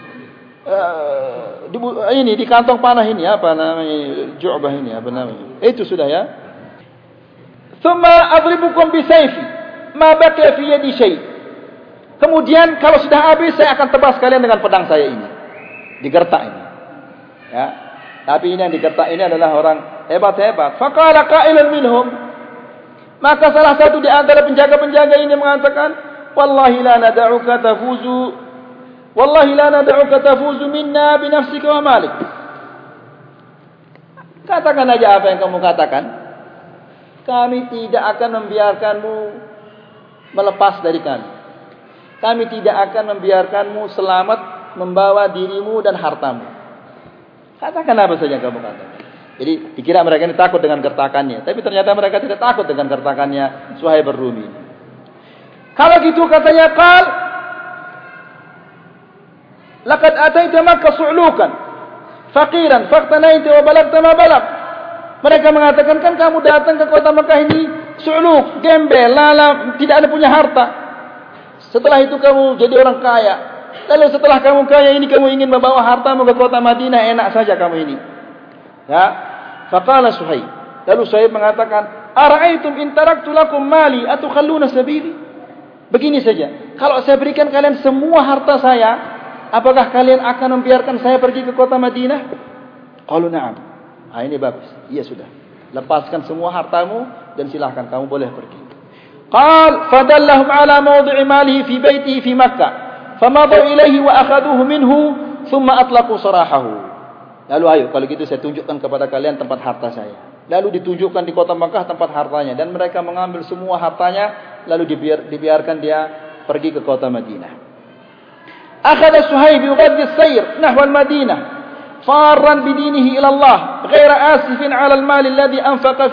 kantong panah ini, apa namanya? Ju'bah ini, apa namanya? Itu sudah ya. Thumma adribukum bisayfi ma baqiya fi yadi syai'. Kemudian kalau sudah habis saya akan tebas kalian dengan pedang saya ini. Digertak ini. Ya. Tapi ini yang digertak ini adalah orang hebat-hebat. Faqala qailun minhum, maka salah satu di antara penjaga-penjaga ini mengatakan, wallahi la nad'uka tafuzu minna bi nafsika wa malik. Katakan aja apa yang kamu katakan. Kami tidak akan membiarkanmu melepas dari kami. Kami tidak akan membiarkanmu selamat membawa dirimu dan hartamu. Katakan apa saja yang kamu katakan. Jadi dikira mereka ini takut dengan gertakannya, tapi ternyata mereka tidak takut dengan gertakannya Suhaib Ar-Rumi. Kalau gitu katanya, qal laqad ataita Makkah su'lukan faqiran faqtanaita wa balagta ma balag. Mereka mengatakan, kan kamu datang ke kota Makkah ini su'luk, gembel, lala, tidak ada punya harta. Setelah itu kamu jadi orang kaya. Lalu setelah kamu kaya ini kamu ingin membawa hartamu ke kota Madinah, enak saja kamu ini. Ya, faqala Suhaib. Lalu Suhaib mengatakan, ara'aitum in taraktu lakum mali atukhalluna sabili? Begini saja, kalau saya berikan kalian semua harta saya, apakah kalian akan membiarkan saya pergi ke kota Madinah? Qalu na'am. Ah, ini bagus. Iya sudah. Lepaskan semua hartamu dan silahkan kamu boleh pergi. Qal fadallahum ala mawdi'i malihi fi baitihi fi Makkah. Famadu ilaihi wa akhaduhu minhu thumma atlaqu sarahahu. Lalu ayo, kalau gitu saya tunjukkan kepada kalian tempat harta saya. Lalu ditunjukkan di kota Makkah tempat hartanya. Dan mereka mengambil semua hartanya. Lalu dibiarkan dia pergi ke kota Madinah. Akhada Suhaib yughaddi as-sayr nahwa al-Madinah. Farran bidinihi ila Allah. Ghaira asifin ala al-mal alladhi anfaqa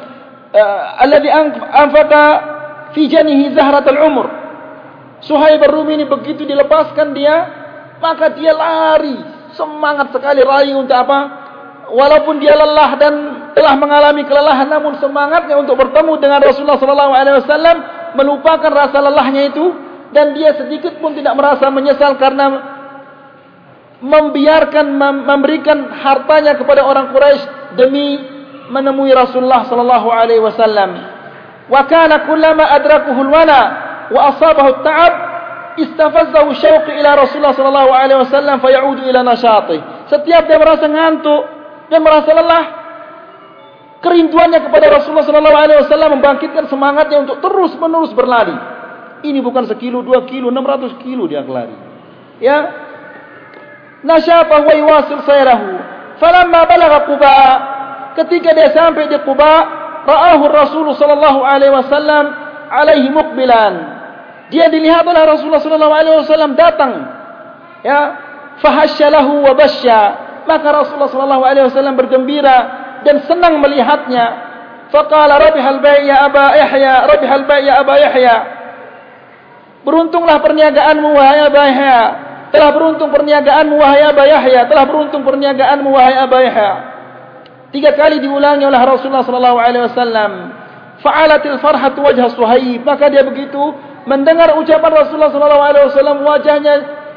fi janihi zahrat al-umr. Suhaib Ar-Rumi ini begitu dilepaskan dia, maka dia lari. Semangat sekali raih untuk apa? Walaupun dia lelah dan telah mengalami kelelahan, namun semangatnya untuk bertemu dengan Rasulullah SAW melupakan rasa lelahnya itu, dan dia sedikit pun tidak merasa menyesal karena memberikan hartanya kepada orang Quraisy demi menemui Rasulullah SAW. Wa kana kullama adrakuhu al-wana wa asabahu at-ta'ab istafazzahu syauqi ila Rasulullah sallallahu alaihi wasallam fayaudu ila nashatih. Setiap dia merasa ngantuk dan merasa lelah, kerinduannya kepada Rasulullah sallallahu alaihi wasallam membangkitkan semangatnya untuk terus-menerus berlari. Ini bukan sekilo, 2 kilo, 600 kilo dia berlari. Ya. Nasyata wa yuwasil sayrahu. Falamma balagha Quba, ketika dia sampai di Quba, ra'ahu Rasulullah sallallahu alaihi wasallam alaihi muqbilan. Dia dilihat oleh Rasulullah SAW datang, ya, fahasyalahu wa basya. Maka Rasulullah SAW bergembira dan senang melihatnya. Faqala rabihal bai' ya Aba Yahya, rabihal bai' ya Aba Yahya. Beruntunglah perniagaanmu wahai Aba Yahya. Telah beruntung perniagaanmu wahai Aba Yahya. Telah beruntung perniagaanmu wahai Aba Yahya. 3 kali diulangi oleh Rasulullah SAW. Fa'alatil farhatu wajha Suhaib. Maka dia begitu mendengar ucapan Rasulullah SAW, wajahnya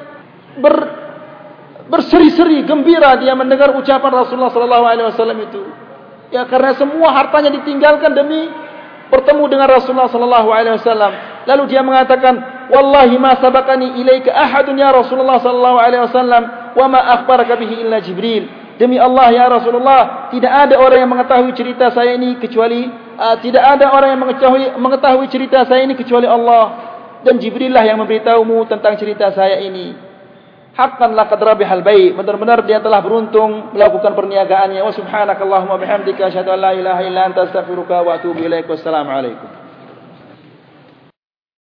berseri-seri, gembira dia mendengar ucapan Rasulullah SAW itu. Ya, karena semua hartanya ditinggalkan demi bertemu dengan Rasulullah SAW. Lalu dia mengatakan, wallahi ma sabaqani ilaika ahadun ya Rasulullah SAW, wa ma akhbaraka bihi illa Jibril. Demi Allah ya Rasulullah, tidak ada orang yang mengetahui cerita saya ini kecuali tidak ada orang yang mengetahui cerita saya ini kecuali Allah, dan Jibril lah yang memberitahumu tentang cerita saya ini. Haqqan laqad rabihal bai', benar-benar dia telah beruntung melakukan perniagaannya. Wa subhanakallahumma bihamdika asyhadu an la ilaha illa anta astaghfiruka wa atubu ilaik. Wassalamu alaikum.